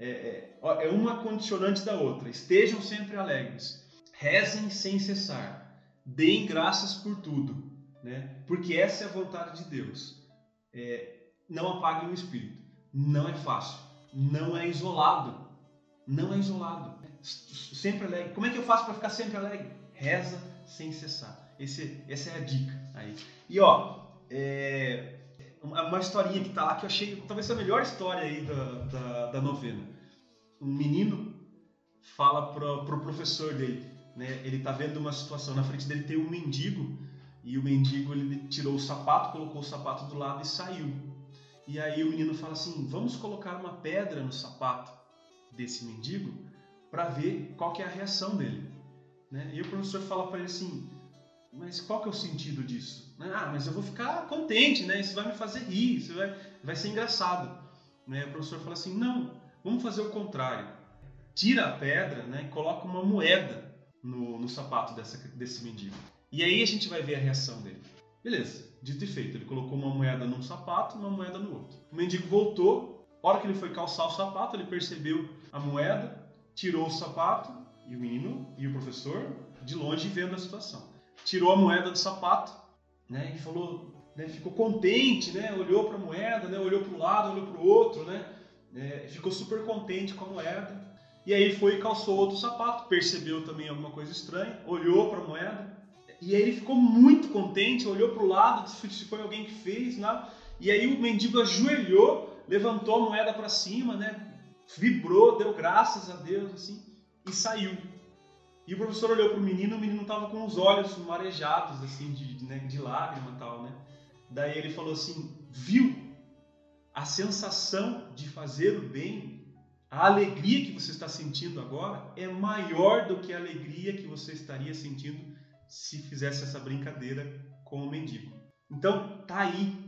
é uma condicionante da outra. Estejam sempre alegres. Rezem sem cessar. Deem graças por tudo. Né? Porque essa é a vontade de Deus. Não apaguem o Espírito. Não é fácil. Não é isolado. Não é isolado. Sempre alegre. Como é que eu faço para ficar sempre alegre? Reza sem cessar. Essa é a dica aí. E uma historinha que tá lá que eu achei talvez a melhor história aí da novena. Um menino fala pro professor dele, né? Ele tá vendo uma situação, na frente dele tem um mendigo, e o mendigo ele tirou o sapato, colocou o sapato do lado e saiu. E aí o menino fala assim, vamos colocar uma pedra no sapato desse mendigo para ver qual que é a reação dele, né? E o professor fala para ele assim, mas qual que é o sentido disso? Mas eu vou ficar contente, né? Isso vai me fazer rir, isso vai ser engraçado, né? O professor fala assim, não, vamos fazer o contrário. Tira a pedra, né? E coloca uma moeda no sapato desse mendigo. E aí a gente vai ver a reação dele. Beleza, dito e feito. Ele colocou uma moeda num sapato e uma moeda no outro. O mendigo voltou. A hora que ele foi calçar o sapato, ele percebeu a moeda, tirou o sapato, e o menino e o professor de longe vendo a situação. Tirou a moeda do sapato, né, e falou, né, ficou contente, né, olhou para a moeda, né, olhou para um lado, olhou para o outro, né, ficou super contente com a moeda. E aí foi e calçou outro sapato, percebeu também alguma coisa estranha, olhou para a moeda, e aí ele ficou muito contente, olhou para o lado, se foi alguém que fez, né, e aí o mendigo ajoelhou, levantou a moeda para cima, né, vibrou, deu graças a Deus, assim, e saiu. E o professor olhou para o menino estava com os olhos marejados, assim, de lágrima e tal, né? Daí ele falou assim, viu? A sensação de fazer o bem, a alegria que você está sentindo agora é maior do que a alegria que você estaria sentindo se fizesse essa brincadeira com o mendigo. Então, tá aí.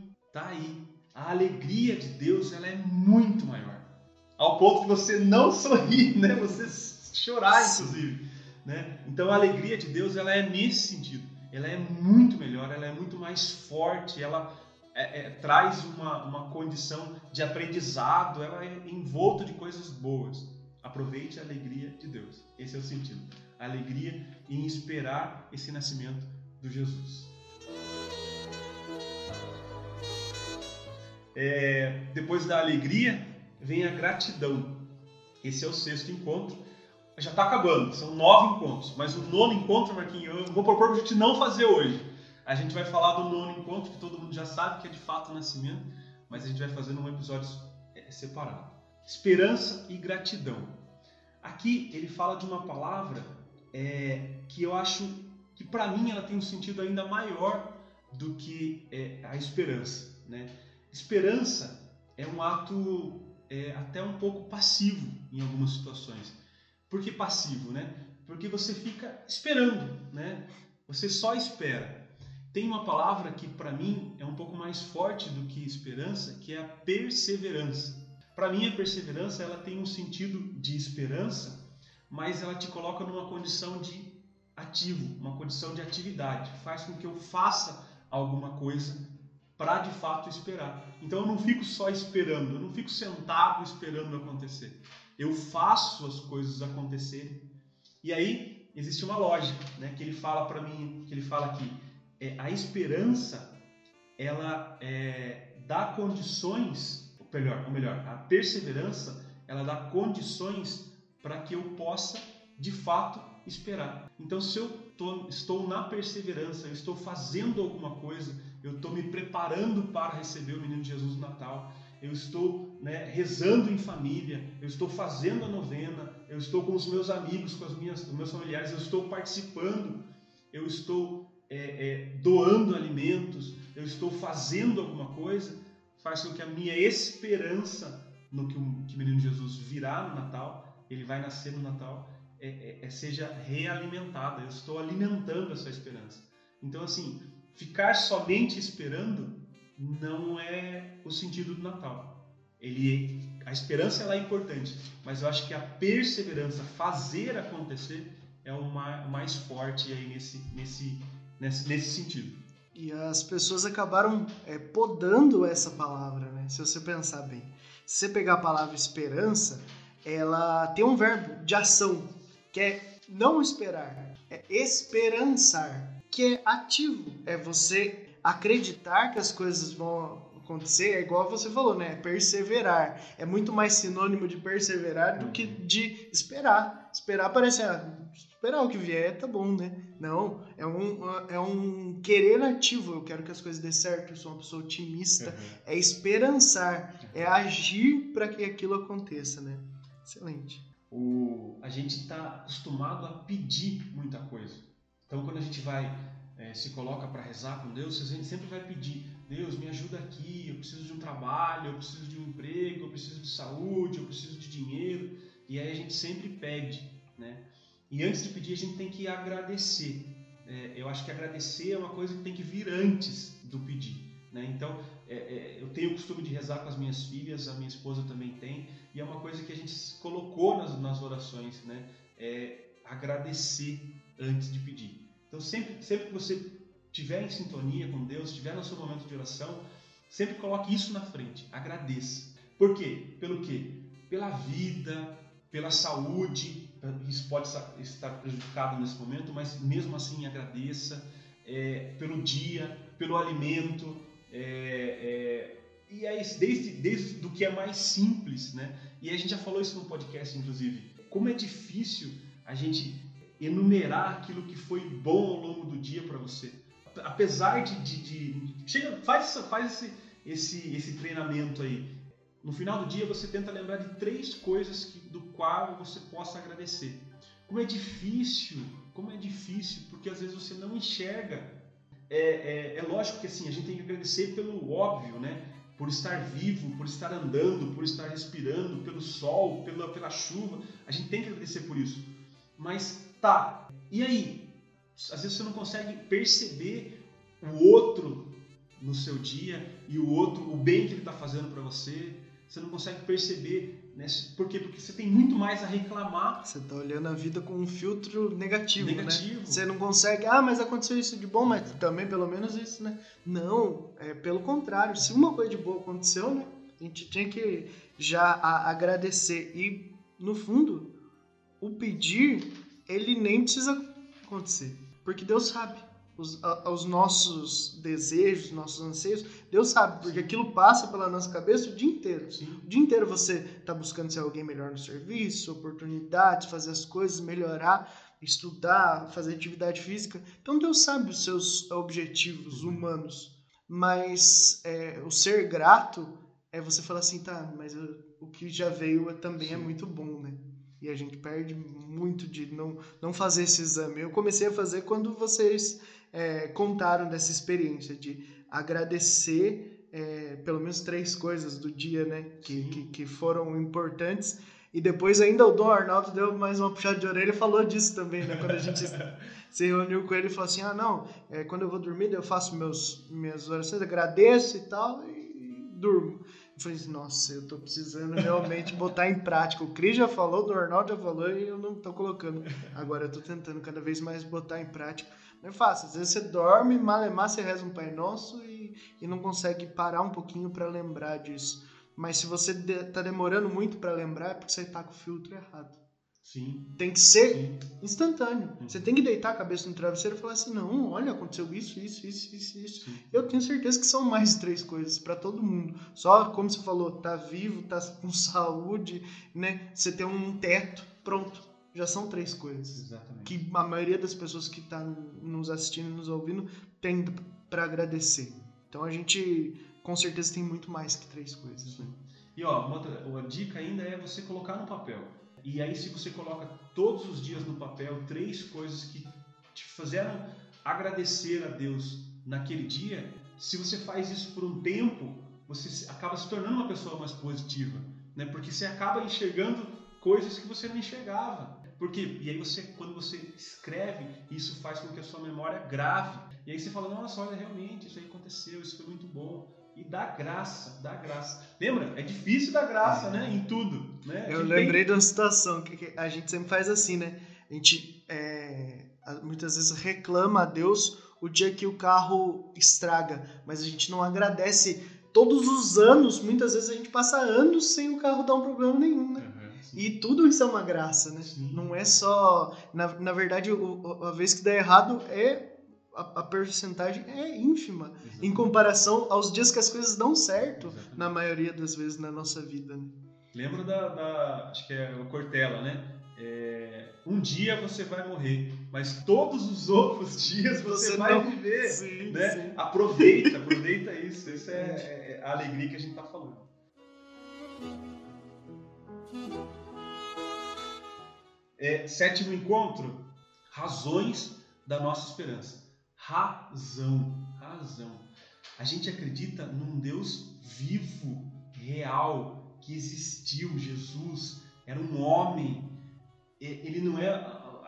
A alegria de Deus, ela é muito maior. Ao ponto de você não sorrir, né? Você chorar, inclusive. Né? Então a alegria de Deus ela é nesse sentido, ela é muito melhor, ela é muito mais forte, ela traz uma condição de aprendizado, ela é envolta de coisas boas. Aproveite a alegria de Deus, esse é o sentido, a alegria em esperar esse nascimento do Jesus. Depois da alegria, vem a gratidão. Esse é o 6º encontro. Já está acabando, são 9 encontros. Mas o 9º encontro, Marquinhos, eu vou propor para a gente não fazer hoje. A gente vai falar do 9º encontro, que todo mundo já sabe que é de fato o nascimento, mas a gente vai fazer num episódio separado. Esperança e gratidão. Aqui ele fala de uma palavra que eu acho que para mim ela tem um sentido ainda maior do que a esperança, né? Esperança é um ato até um pouco passivo em algumas situações. Por que passivo, né? Porque você fica esperando, né? Você só espera. Tem uma palavra que para mim é um pouco mais forte do que esperança, que é a perseverança. Para mim a perseverança ela tem um sentido de esperança, mas ela te coloca numa condição de ativo, uma condição de atividade. Faz com que eu faça alguma coisa para de fato esperar. Então eu não fico só esperando, eu não fico sentado esperando acontecer. Eu faço as coisas acontecerem. E aí existe uma lógica, né, que ele fala para mim, que ele fala aqui, a esperança ela dá condições, ou melhor, a perseverança ela dá condições para que eu possa de fato esperar. Então se eu estou na perseverança, eu estou fazendo alguma coisa, eu estou me preparando para receber o menino Jesus no Natal, eu estou rezando em família, eu estou fazendo a novena, eu estou com os meus amigos, com os meus familiares, eu estou participando, eu estou doando alimentos, eu estou fazendo alguma coisa, faz com que a minha esperança no que o menino Jesus virá no Natal, ele vai nascer no Natal, seja realimentada. Eu estou alimentando essa esperança. Então, assim, ficar somente esperando não é o sentido do Natal. A esperança ela é importante, mas eu acho que a perseverança, fazer acontecer, é o mais forte aí nesse sentido. E as pessoas acabaram podando essa palavra, né? Se você pensar bem. Se você pegar a palavra esperança, ela tem um verbo de ação, que é não esperar, é esperançar, que é ativo, é você acreditar que as coisas vão acontecer, é igual você falou, né? Perseverar. É muito mais sinônimo de perseverar do que de esperar. Esperar parece, esperar o que vier, tá bom, né? Não, é um querer ativo. Eu quero que as coisas dê certo, eu sou uma pessoa otimista. É esperançar, é agir para que aquilo aconteça, né? Excelente. A gente está acostumado a pedir muita coisa. Então, quando a gente se coloca para rezar com Deus, a gente sempre vai pedir: Deus, me ajuda aqui, eu preciso de um trabalho, eu preciso de um emprego, eu preciso de saúde, eu preciso de dinheiro. E aí a gente sempre pede, né? E antes de pedir, a gente tem que agradecer. Eu acho que agradecer é uma coisa que tem que vir antes do pedir, né? Então, eu tenho o costume de rezar com as minhas filhas, a minha esposa também tem, e é uma coisa que a gente colocou nas orações, né? Agradecer antes de pedir. Então, sempre que você estiver em sintonia com Deus, estiver no seu momento de oração, sempre coloque isso na frente, agradeça. Por quê? Pelo quê? Pela vida, pela saúde, isso pode estar prejudicado nesse momento, mas mesmo assim agradeça, pelo dia, pelo alimento, e é isso, desde do que é mais simples, né? E a gente já falou isso no podcast, inclusive, como é difícil a gente enumerar aquilo que foi bom ao longo do dia para você. Apesar faz esse treinamento aí. No final do dia você tenta lembrar de 3 coisas do qual você possa agradecer. Como é difícil, porque às vezes você não enxerga. É lógico que assim, a gente tem que agradecer pelo óbvio, né? Por estar vivo, por estar andando, por estar respirando, pelo sol, pela chuva. A gente tem que agradecer por isso. Mas tá, e aí? Às vezes você não consegue perceber o outro no seu dia e o bem que ele está fazendo para você. Você não consegue perceber, né? Por quê? Porque você tem muito mais a reclamar. Você está olhando a vida com um filtro negativo, né? Negativo. Você não consegue, mas aconteceu isso de bom, mas também pelo menos isso, né? Não, pelo contrário. Se uma coisa de boa aconteceu, né? A gente tinha que já agradecer. E, no fundo, o pedir, ele nem precisa acontecer. Porque Deus sabe aos nossos desejos, nossos anseios, Deus sabe, porque aquilo passa pela nossa cabeça o dia inteiro. Sim. O dia inteiro você está buscando ser alguém melhor no serviço, oportunidades, fazer as coisas, melhorar, estudar, fazer atividade física. Então Deus sabe os seus objetivos humanos, mas o ser grato é você falar assim, tá, mas o que já veio também é muito bom, né? E a gente perde muito de não fazer esse exame. Eu comecei a fazer quando vocês contaram dessa experiência de agradecer pelo menos 3 coisas do dia, né? Que foram importantes. E depois ainda o Dom Arnaldo deu mais uma puxada de orelha e falou disso também, né? Quando a gente se reuniu com ele e falou assim, quando eu vou dormir, eu faço minhas orações, agradeço e tal, e durmo. Eu falei assim, nossa, eu tô precisando realmente botar em prática. O Cris já falou, o Arnaldo já falou e eu não tô colocando. Agora eu tô tentando cada vez mais botar em prática. Não é fácil, às vezes você dorme, malemar, você reza um Pai Nosso e não consegue parar um pouquinho para lembrar disso. Mas se você tá demorando muito para lembrar, é porque você tá com o filtro errado. Sim. Tem que ser instantâneo. Você tem que deitar a cabeça no travesseiro e falar assim, não, olha, aconteceu isso. Sim. Eu tenho certeza que são mais de 3 coisas para todo mundo. Só, como você falou, tá vivo, tá com saúde, né? Você tem um teto, pronto. Já são 3 coisas. Exatamente. Que a maioria das pessoas que tá nos assistindo, nos ouvindo, tem para agradecer. Então a gente, com certeza, tem muito mais que 3 coisas. Né? E uma dica ainda é você colocar no papel. E aí, se você coloca todos os dias no papel 3 coisas que te fizeram agradecer a Deus naquele dia, se você faz isso por um tempo, você acaba se tornando uma pessoa mais positiva, né? Porque você acaba enxergando coisas que você não enxergava. E aí quando você escreve, isso faz com que a sua memória grave. E aí você fala, nossa, olha, realmente, isso aí aconteceu, isso foi muito bom. E dá graça. Lembra? É difícil dar graça, né? Em tudo. Né? Eu lembrei de uma situação que a gente sempre faz assim, né? A gente muitas vezes reclama a Deus o dia que o carro estraga, mas a gente não agradece todos os anos. Muitas vezes a gente passa anos sem o carro dar um problema nenhum, né? E tudo isso é uma graça, né? Sim. Não é só... Na verdade, a vez que dá errado a porcentagem é ínfima. Exatamente. Em comparação aos dias que as coisas dão certo. Exatamente. Na maioria das vezes na nossa vida. Né? Lembro acho que é o Cortella, né? Um dia você vai morrer, mas todos os outros dias você vai viver. Sim, né? Sim. Aproveita isso. Isso é a alegria que a gente está falando. Sétimo encontro, razões da nossa esperança. Razão. A gente acredita num Deus vivo, real, que existiu. Jesus era um homem. Ele não é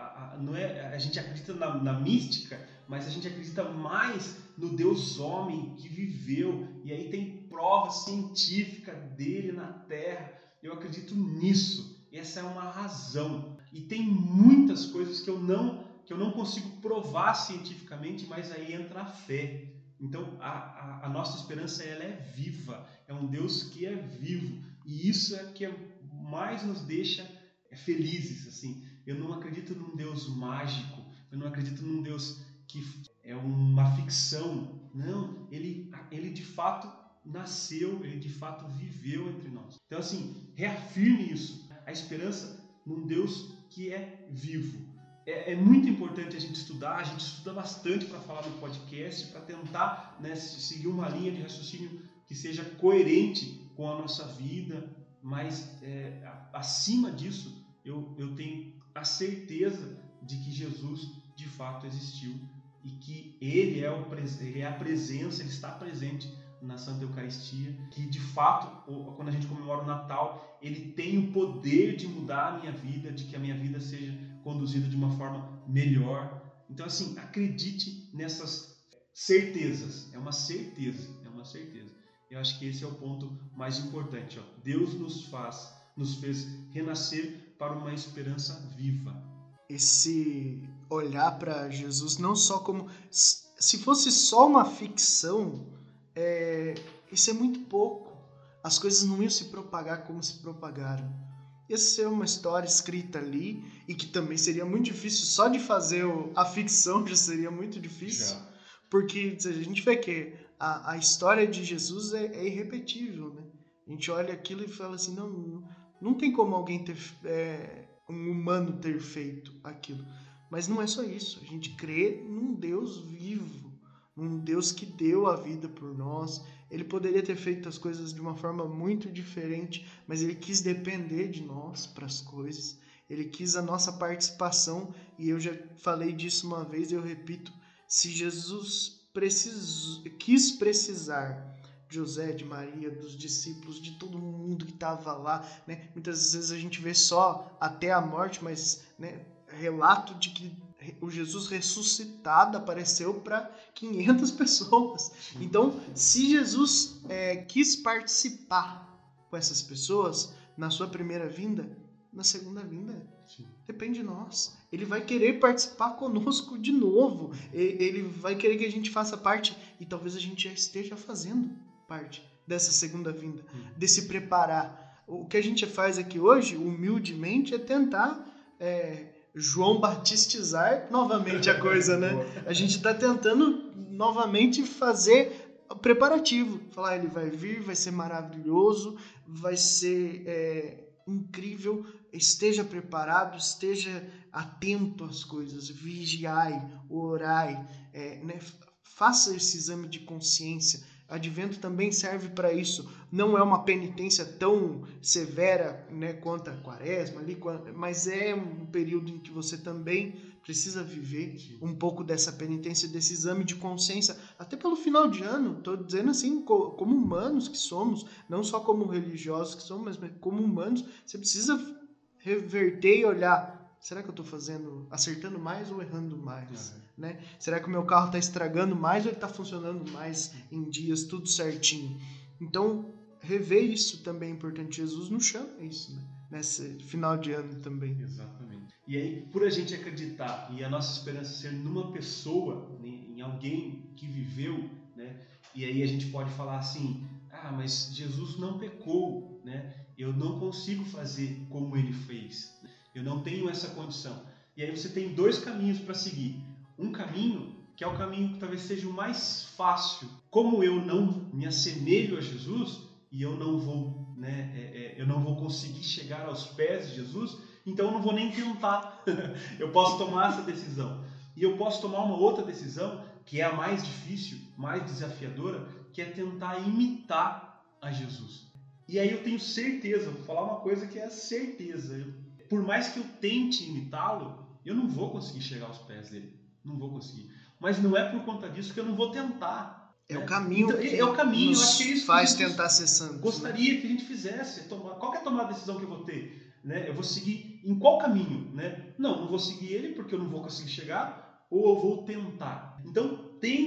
a gente acredita na mística, mas a gente acredita mais no Deus homem que viveu. E aí tem prova científica dele na Terra. Eu acredito nisso. Essa é uma razão. E tem muitas coisas que eu não consigo provar cientificamente, mas aí entra a fé. Então, a nossa esperança ela é viva. É um Deus que é vivo. E isso é que mais nos deixa felizes. Assim. Eu não acredito num Deus mágico. Eu não acredito num Deus que é uma ficção. Não, ele de fato nasceu, ele de fato viveu entre nós. Então, assim, reafirme isso. A esperança num Deus que é vivo. É muito importante a gente estuda bastante para falar no podcast, para tentar, né, seguir uma linha de raciocínio que seja coerente com a nossa vida, mas acima disso, eu tenho a certeza de que Jesus de fato existiu e que ele é a presença, ele está presente na Santa Eucaristia, que de fato, quando a gente comemora o Natal, ele tem o poder de mudar a minha vida, de que a minha vida seja conduzida de uma forma melhor. Então, assim, acredite nessas certezas. É uma certeza. Eu acho que esse é o ponto mais importante. Ó. Deus nos fez renascer para uma esperança viva. Esse olhar para Jesus não só como... Se fosse só uma ficção... isso é muito pouco. As coisas não iam se propagar como se propagaram. ia ser uma história escrita ali, e que também seria muito difícil, só de fazer a ficção já seria muito difícil, Já. porque a gente vê que a história de Jesus é irrepetível, né? A gente olha aquilo e fala assim, não tem como alguém um humano ter feito aquilo. Mas não é só isso, a gente crê num Deus vivo, num Deus que deu a vida por nós. Ele poderia ter feito as coisas de uma forma muito diferente, mas ele quis depender de nós para as coisas. Ele quis a nossa participação, e eu já falei disso uma vez e eu repito, se Jesus quis precisar de José, de Maria, dos discípulos, de todo mundo que estava lá, né? Muitas vezes a gente vê só até a morte, mas, né, relato de que o Jesus ressuscitado apareceu para 500 pessoas. Então, se Jesus quis participar com essas pessoas na sua primeira vinda, na segunda vinda, depende de nós. Ele vai querer participar conosco de novo. Ele vai querer que a gente faça parte, e talvez a gente já esteja fazendo parte dessa segunda vinda, de se preparar. O que a gente faz aqui hoje, humildemente, é tentar João Batistizar novamente a coisa, né? A gente está tentando novamente fazer preparativo. Falar, ele vai vir, vai ser maravilhoso, vai ser incrível, esteja preparado, esteja atento às coisas, vigiai, orai, né? Faça esse exame de consciência. Advento também serve para isso. Não é uma penitência tão severa, né, quanto a quaresma, ali, mas é um período em que você também precisa viver um pouco dessa penitência, desse exame de consciência, até pelo final de ano. Estou dizendo assim, como humanos que somos, não só como religiosos que somos, mas como humanos, você precisa reverter e olhar, será que eu estou acertando mais ou errando mais? Né? Será que o meu carro está estragando mais ou ele está funcionando mais em dias, tudo certinho? Então, rever isso também é importante. Jesus nos chama isso, né? Nesse final de ano também. Exatamente. E aí, por a gente acreditar e a nossa esperança ser numa pessoa, em alguém que viveu, né? E aí a gente pode falar assim, mas Jesus não pecou, né? Eu não consigo fazer como ele fez. Eu não tenho essa condição. E aí você tem dois caminhos para seguir. Um caminho que é o caminho que talvez seja o mais fácil. Como eu não me assemelho a Jesus e eu não vou, né? Eu não vou conseguir chegar aos pés de Jesus, então eu não vou nem tentar. Eu posso tomar essa decisão. E eu posso tomar uma outra decisão, que é a mais difícil, mais desafiadora, que é tentar imitar a Jesus. E aí eu tenho certeza, vou falar uma coisa que é certeza. Por mais que eu tente imitá-lo, eu não vou conseguir chegar aos pés dele. Não vou conseguir. Mas não é por conta disso que eu não vou tentar. É o caminho então, que é o caminho, nos eu acho que é isso faz que tentar ser santos. Gostaria, né, que a gente fizesse. Qual que é a tomada de decisão que eu vou ter? Né? Eu vou seguir em qual caminho? Né? Não vou seguir ele porque eu não vou conseguir chegar, ou eu vou tentar. Então,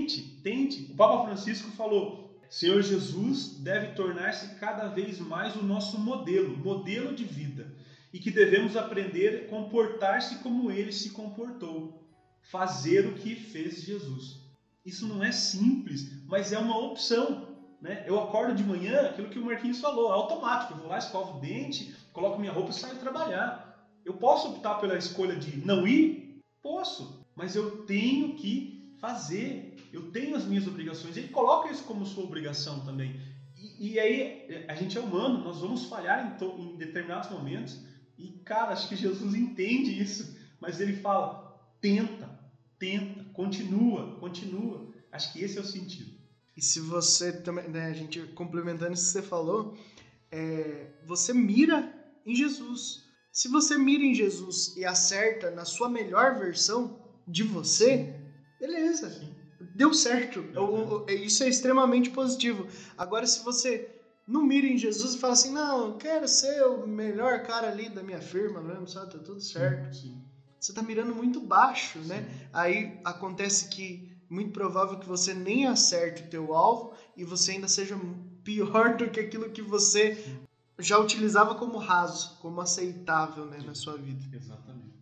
tente. O Papa Francisco falou, Senhor Jesus deve tornar-se cada vez mais o nosso modelo de vida, e que devemos aprender a comportar-se como ele se comportou, fazer o que fez Jesus. Isso não é simples, mas é uma opção. Né? Eu acordo de manhã, aquilo que o Marquinhos falou, automático. Eu vou lá, escovo o dente, coloco minha roupa e saio trabalhar. Eu posso optar pela escolha de não ir? Posso, mas eu tenho que fazer. Eu tenho as minhas obrigações. Ele coloca isso como sua obrigação também. E aí, a gente é humano, nós vamos falhar em determinados momentos. E, cara, acho que Jesus entende isso. Mas ele fala, tenta, continua. Acho que esse é o sentido. E se você também, né, a gente complementando isso que você falou, você mira em Jesus. Se você mira em Jesus e acerta na sua melhor versão de você, beleza, deu certo. Isso é extremamente positivo. Agora, se você não mira em Jesus e fala assim, não, eu quero ser o melhor cara ali da minha firma mesmo, sabe? Tá tudo certo. Sim. Você tá mirando muito baixo, né? Aí acontece que muito provável que você nem acerte o teu alvo e você ainda seja pior do que aquilo que você já utilizava como raso, como aceitável, né, na sua vida. Exatamente.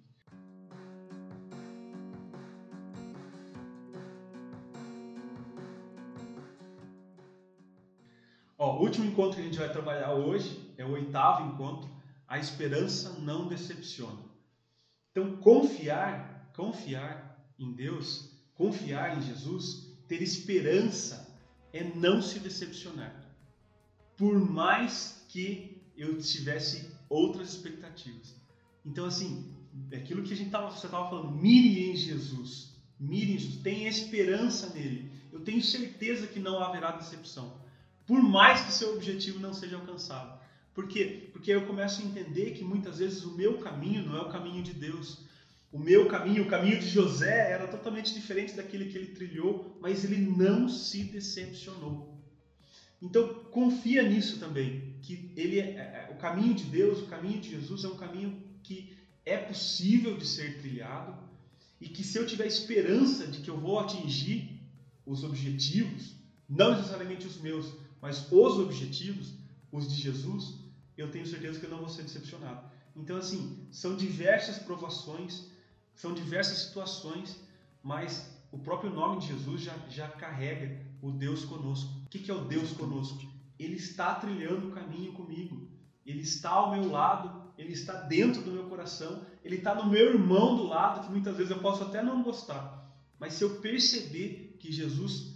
O último encontro que a gente vai trabalhar hoje é o 8º encontro, a esperança não decepciona. Então, confiar em Deus, confiar em Jesus, ter esperança é não se decepcionar. Por mais que eu tivesse outras expectativas. Então, assim, aquilo que você estava falando, mire em Jesus, tenha esperança nele. Eu tenho certeza que não haverá decepção. Por mais que seu objetivo não seja alcançado. Por quê? Porque eu começo a entender que muitas vezes o meu caminho não é o caminho de Deus. O meu caminho, o caminho de José, era totalmente diferente daquele que ele trilhou, mas ele não se decepcionou. Então, confia nisso também, que o caminho de Deus, o caminho de Jesus é um caminho que é possível de ser trilhado e que se eu tiver esperança de que eu vou atingir os objetivos, não necessariamente os meus, mas os objetivos, os de Jesus, eu tenho certeza que eu não vou ser decepcionado. Então, assim, são diversas provações, são diversas situações, mas o próprio nome de Jesus já carrega o Deus conosco. O que é o Deus conosco? Ele está trilhando o caminho comigo. Ele está ao meu lado, ele está dentro do meu coração, ele está no meu irmão do lado, que muitas vezes eu posso até não gostar. Mas se eu perceber que Jesus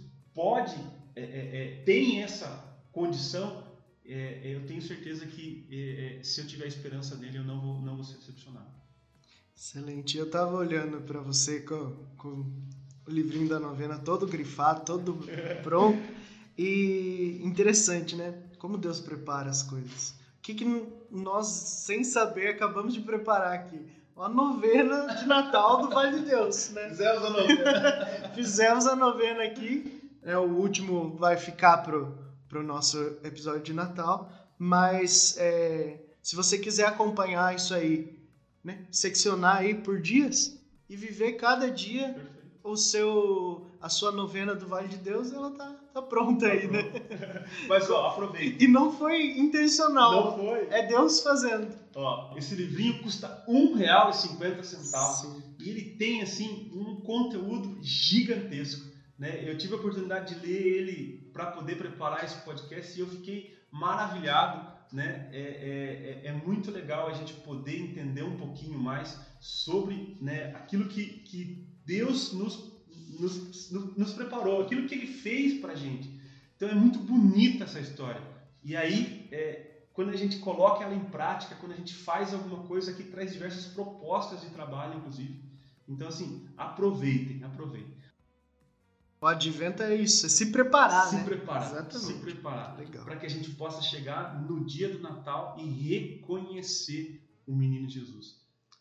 tem essa condição, eu tenho certeza que se eu tiver esperança nele, eu não vou ser decepcionado. Excelente. Eu estava olhando para você com o livrinho da novena todo grifado, todo pronto. E interessante, né? Como Deus prepara as coisas. O que nós, sem saber, acabamos de preparar aqui? Uma novena de Natal do Vale de Deus, né? Fizemos a novena. Fizemos a novena aqui. O último vai ficar pro nosso episódio de Natal. Mas se você quiser acompanhar isso aí, né? Seccionar aí por dias e viver cada dia a sua novena do Vale de Deus, ela tá pronta aí, né? Mas aproveita. E não foi intencional. Não foi. É Deus fazendo. Esse livrinho custa R$1,50. Sim. E ele tem, assim, um conteúdo gigantesco, né? Eu tive a oportunidade de ler ele para poder preparar esse podcast e eu fiquei maravilhado, né? É muito legal a gente poder entender um pouquinho mais sobre, né, aquilo que Deus nos preparou, aquilo que Ele fez pra gente. Então é muito bonita essa história. E aí, quando a gente coloca ela em prática, quando a gente faz alguma coisa que traz diversas propostas de trabalho, inclusive. Então, assim, aproveitem. O advento é isso, é se preparar, né? Exatamente. Se preparar. Para que a gente possa chegar no dia do Natal e reconhecer o menino Jesus.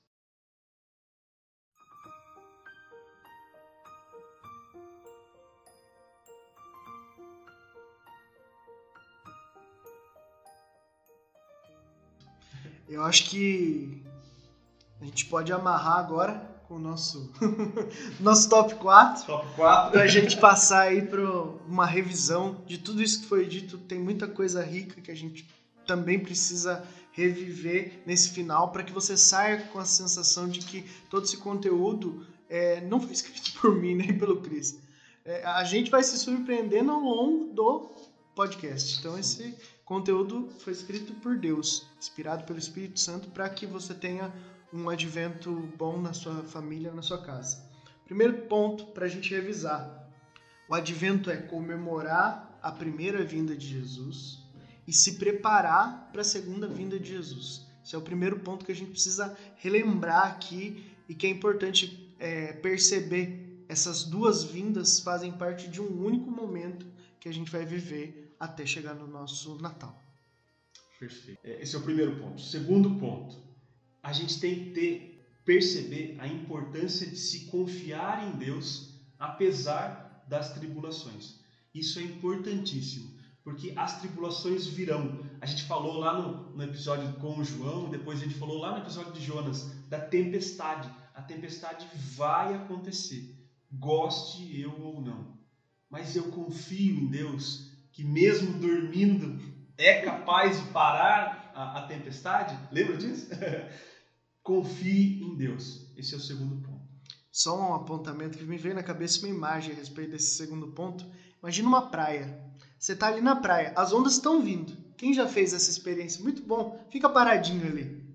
Eu acho que a gente pode amarrar agora com o nosso top 4. Top 4. Pra gente passar aí para uma revisão de tudo isso que foi dito. Tem muita coisa rica que a gente também precisa reviver nesse final para que você saia com a sensação de que todo esse conteúdo não foi escrito por mim nem pelo Cris. A gente vai se surpreendendo ao longo do podcast. Então esse conteúdo foi escrito por Deus, inspirado pelo Espírito Santo, para que você tenha um advento bom na sua família, na sua casa. Primeiro ponto para a gente revisar. O advento é comemorar a primeira vinda de Jesus e se preparar para a segunda vinda de Jesus. Esse é o primeiro ponto que a gente precisa relembrar aqui e que é importante perceber. Essas duas vindas fazem parte de um único momento que a gente vai viver até chegar no nosso Natal. Perfeito. Esse é o primeiro ponto. Segundo ponto, a gente tem que perceber a importância de se confiar em Deus apesar das tribulações. Isso é importantíssimo, porque as tribulações virão. A gente falou lá no episódio com o João, depois a gente falou lá no episódio de Jonas, da tempestade. A tempestade vai acontecer, goste eu ou não. Mas eu confio em Deus, que mesmo dormindo é capaz de parar a tempestade. Lembra disso? Confie em Deus. Esse é o segundo ponto. Só um apontamento que me veio na cabeça, uma imagem a respeito desse segundo ponto. Imagina uma praia. Você está ali na praia, as ondas estão vindo. Quem já fez essa experiência? Muito bom. Fica paradinho ali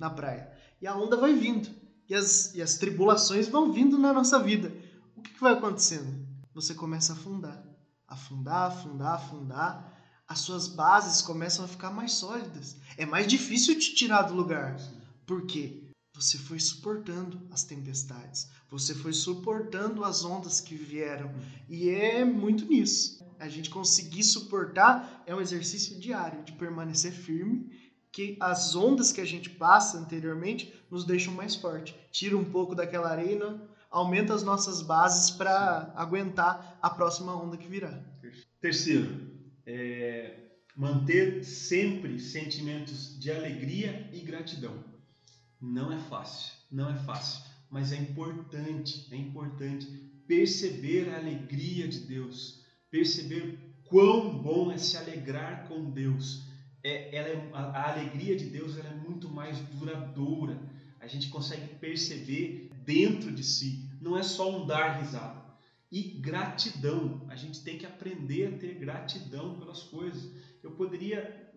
na praia. E a onda vai vindo. E as tribulações vão vindo na nossa vida. O que vai acontecendo? Você começa a afundar. Afundar, afundar, afundar. As suas bases começam a ficar mais sólidas. É mais difícil te tirar do lugar. Por quê? Você foi suportando as tempestades. Você foi suportando as ondas que vieram. E é muito nisso. A gente conseguir suportar é um exercício diário de permanecer firme, que as ondas que a gente passa anteriormente nos deixam mais forte. Tira um pouco daquela arena, aumenta as nossas bases para aguentar a próxima onda que virá. Terceiro, manter sempre sentimentos de alegria e gratidão. Não é fácil, mas é importante perceber a alegria de Deus, perceber quão bom é se alegrar com Deus. A alegria de Deus ela é muito mais duradoura. A gente consegue perceber dentro de si, não é só um dar risada. E gratidão, a gente tem que aprender a ter gratidão pelas coisas. Eu poderia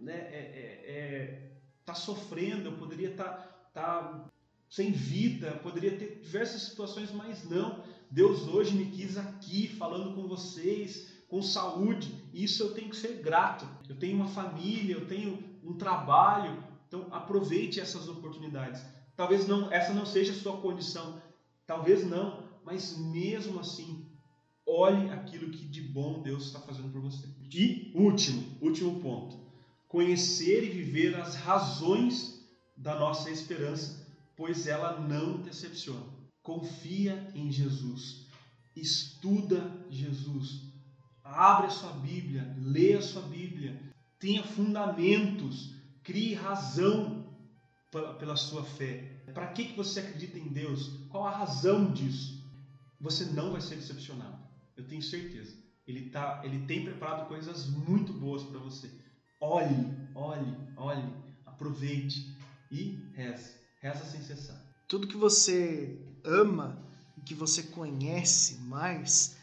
tá sofrendo, eu poderia estar sem vida, poderia ter diversas situações, mas não. Deus hoje me quis aqui, falando com vocês, com saúde, e isso eu tenho que ser grato. Eu tenho uma família, eu tenho um trabalho, então aproveite essas oportunidades. Talvez essa não seja a sua condição, talvez não, mas mesmo assim, olhe aquilo que de bom Deus está fazendo por você. E último ponto, conhecer e viver as razões da nossa esperança, pois ela não decepciona. Confia em Jesus, estuda Jesus, abre a sua Bíblia, lê a sua Bíblia, tenha fundamentos, crie razão pela sua fé. Para que você acredita em Deus? Qual a razão disso? Você não vai ser decepcionado, eu tenho certeza. Ele tem preparado coisas muito boas para você. Olhe, aproveite e reza sem cessar. Tudo que você ama, que você conhece mais,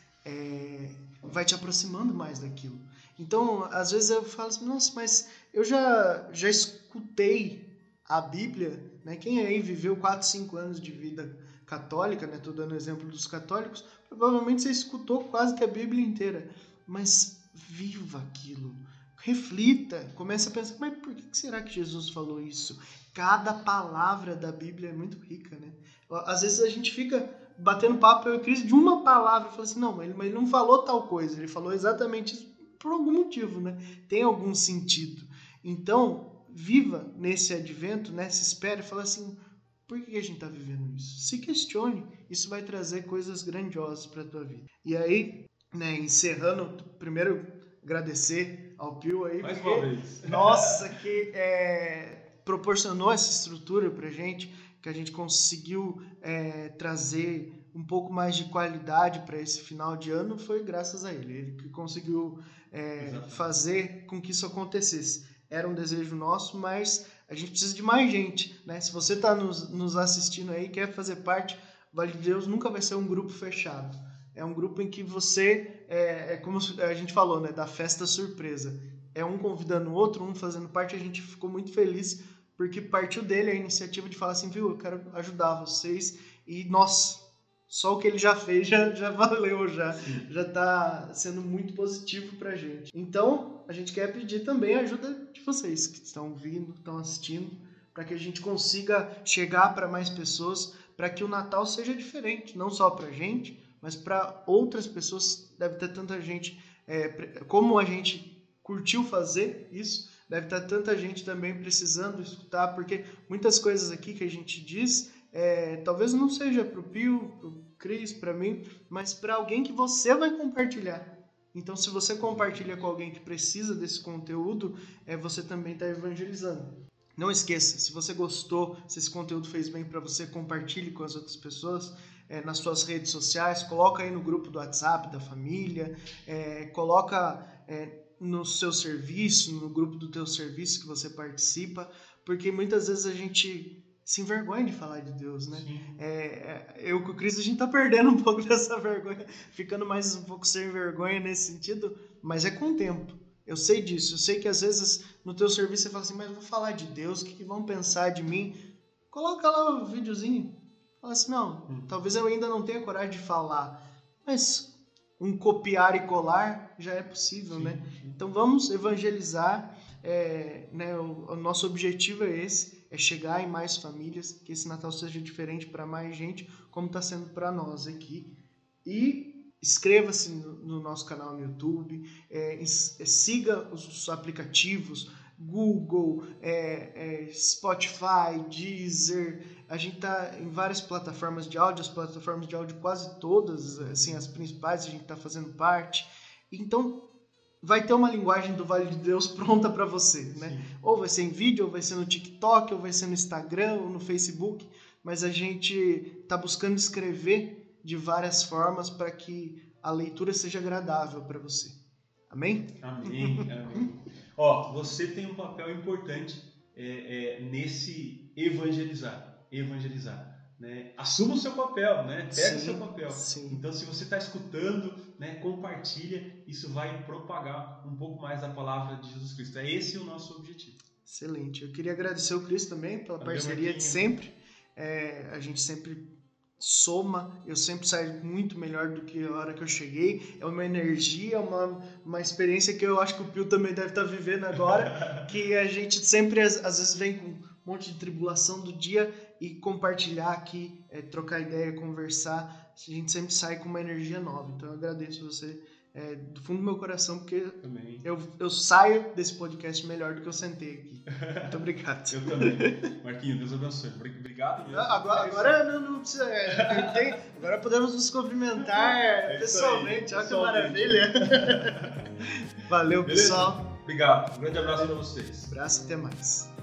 vai te aproximando mais daquilo. Então, às vezes eu falo assim, nossa, mas eu já escutei a Bíblia, né? Quem aí viveu 4, 5 anos de vida católica, né? Estou dando exemplo dos católicos, provavelmente você escutou quase que a Bíblia inteira, mas viva aquilo. Reflita, comece a pensar, mas por que será que Jesus falou isso? Cada palavra da Bíblia é muito rica, né? Às vezes a gente fica batendo papo, eu e Cris, de uma palavra, e fala assim, não, mas ele não falou tal coisa, ele falou exatamente isso por algum motivo, né? Tem algum sentido. Então, viva nesse advento, né? Se espere e fala assim, por que a gente está vivendo isso? Se questione, isso vai trazer coisas grandiosas para a tua vida. E aí, né, encerrando, primeiro agradecer ao Pio aí, mais uma vez. Nossa, que proporcionou essa estrutura pra gente, que a gente conseguiu trazer um pouco mais de qualidade para esse final de ano, foi graças a ele que conseguiu fazer com que isso acontecesse. Era um desejo nosso, mas a gente precisa de mais gente, né? Se você está nos assistindo aí, quer fazer parte, Vale de Deus nunca vai ser um grupo fechado. É um grupo em que você, como a gente falou, né, da festa surpresa. É um convidando o outro, um fazendo parte. A gente ficou muito feliz porque partiu dele a iniciativa de falar assim, viu, eu quero ajudar vocês. E, nossa, só o que ele já fez já valeu, já está sendo muito positivo pra gente. Então, a gente quer pedir também a ajuda de vocês que estão ouvindo, estão assistindo, para que a gente consiga chegar para mais pessoas, para que o Natal seja diferente, não só pra gente, mas para outras pessoas. Deve ter tanta gente, como a gente curtiu fazer isso, deve ter tanta gente também precisando escutar, porque muitas coisas aqui que a gente diz, talvez não seja para o Pio, para o Cris, para mim, mas para alguém que você vai compartilhar. Então, se você compartilha com alguém que precisa desse conteúdo, você também está evangelizando. Não esqueça, se você gostou, se esse conteúdo fez bem para você, compartilhe com as outras pessoas, nas suas redes sociais, coloca aí no grupo do WhatsApp da família, coloca no seu serviço, no grupo do teu serviço que você participa, porque muitas vezes a gente se envergonha de falar de Deus, né? Eu com o Cris, a gente tá perdendo um pouco dessa vergonha, ficando mais um pouco sem vergonha nesse sentido, mas é com o tempo. Eu sei disso, eu sei que às vezes no teu serviço você fala assim, mas eu vou falar de Deus, o que vão pensar de mim? coloca lá o videozinho. Fala assim, não, talvez eu ainda não tenha coragem de falar, mas um copiar e colar já é possível, sim, né? Sim. Então vamos evangelizar, né? O nosso objetivo é esse, é chegar em mais famílias, que esse Natal seja diferente para mais gente, como está sendo para nós aqui. E inscreva-se no nosso canal no YouTube, siga os aplicativos, Google, Spotify, Deezer. A gente está em várias plataformas de áudio, as plataformas de áudio quase todas, assim, as principais, a gente está fazendo parte. Então, vai ter uma linguagem do Vale de Deus pronta para você, né? Sim. Ou vai ser em vídeo, ou vai ser no TikTok, ou vai ser no Instagram, ou no Facebook, mas a gente está buscando escrever de várias formas para que a leitura seja agradável para você. Amém? Amém, amém. Ó, você tem um papel importante nesse evangelizar, né? Assuma o seu papel, né? Pega o seu papel. Sim. Então, se você está escutando, né, compartilha, isso vai propagar um pouco mais a palavra de Jesus Cristo. Esse é o nosso objetivo. Excelente. Eu queria agradecer o Cris também pela parceria de sempre. A gente sempre soma, eu sempre saio muito melhor do que a hora que eu cheguei. É uma energia, uma experiência que eu acho que o Pio também deve estar vivendo agora, que a gente sempre, às vezes, vem com um monte de tribulação do dia e compartilhar aqui, trocar ideia, conversar, a gente sempre sai com uma energia nova. Então eu agradeço você do fundo do meu coração, porque eu saio desse podcast melhor do que eu sentei aqui. Muito obrigado. Eu também. Marquinhos, Deus abençoe. Obrigado mesmo. Agora não precisa. Agora podemos nos cumprimentar pessoalmente. Olha que maravilha. Valeu, beleza? Pessoal. Obrigado. Um grande abraço para vocês. Abraço, até mais.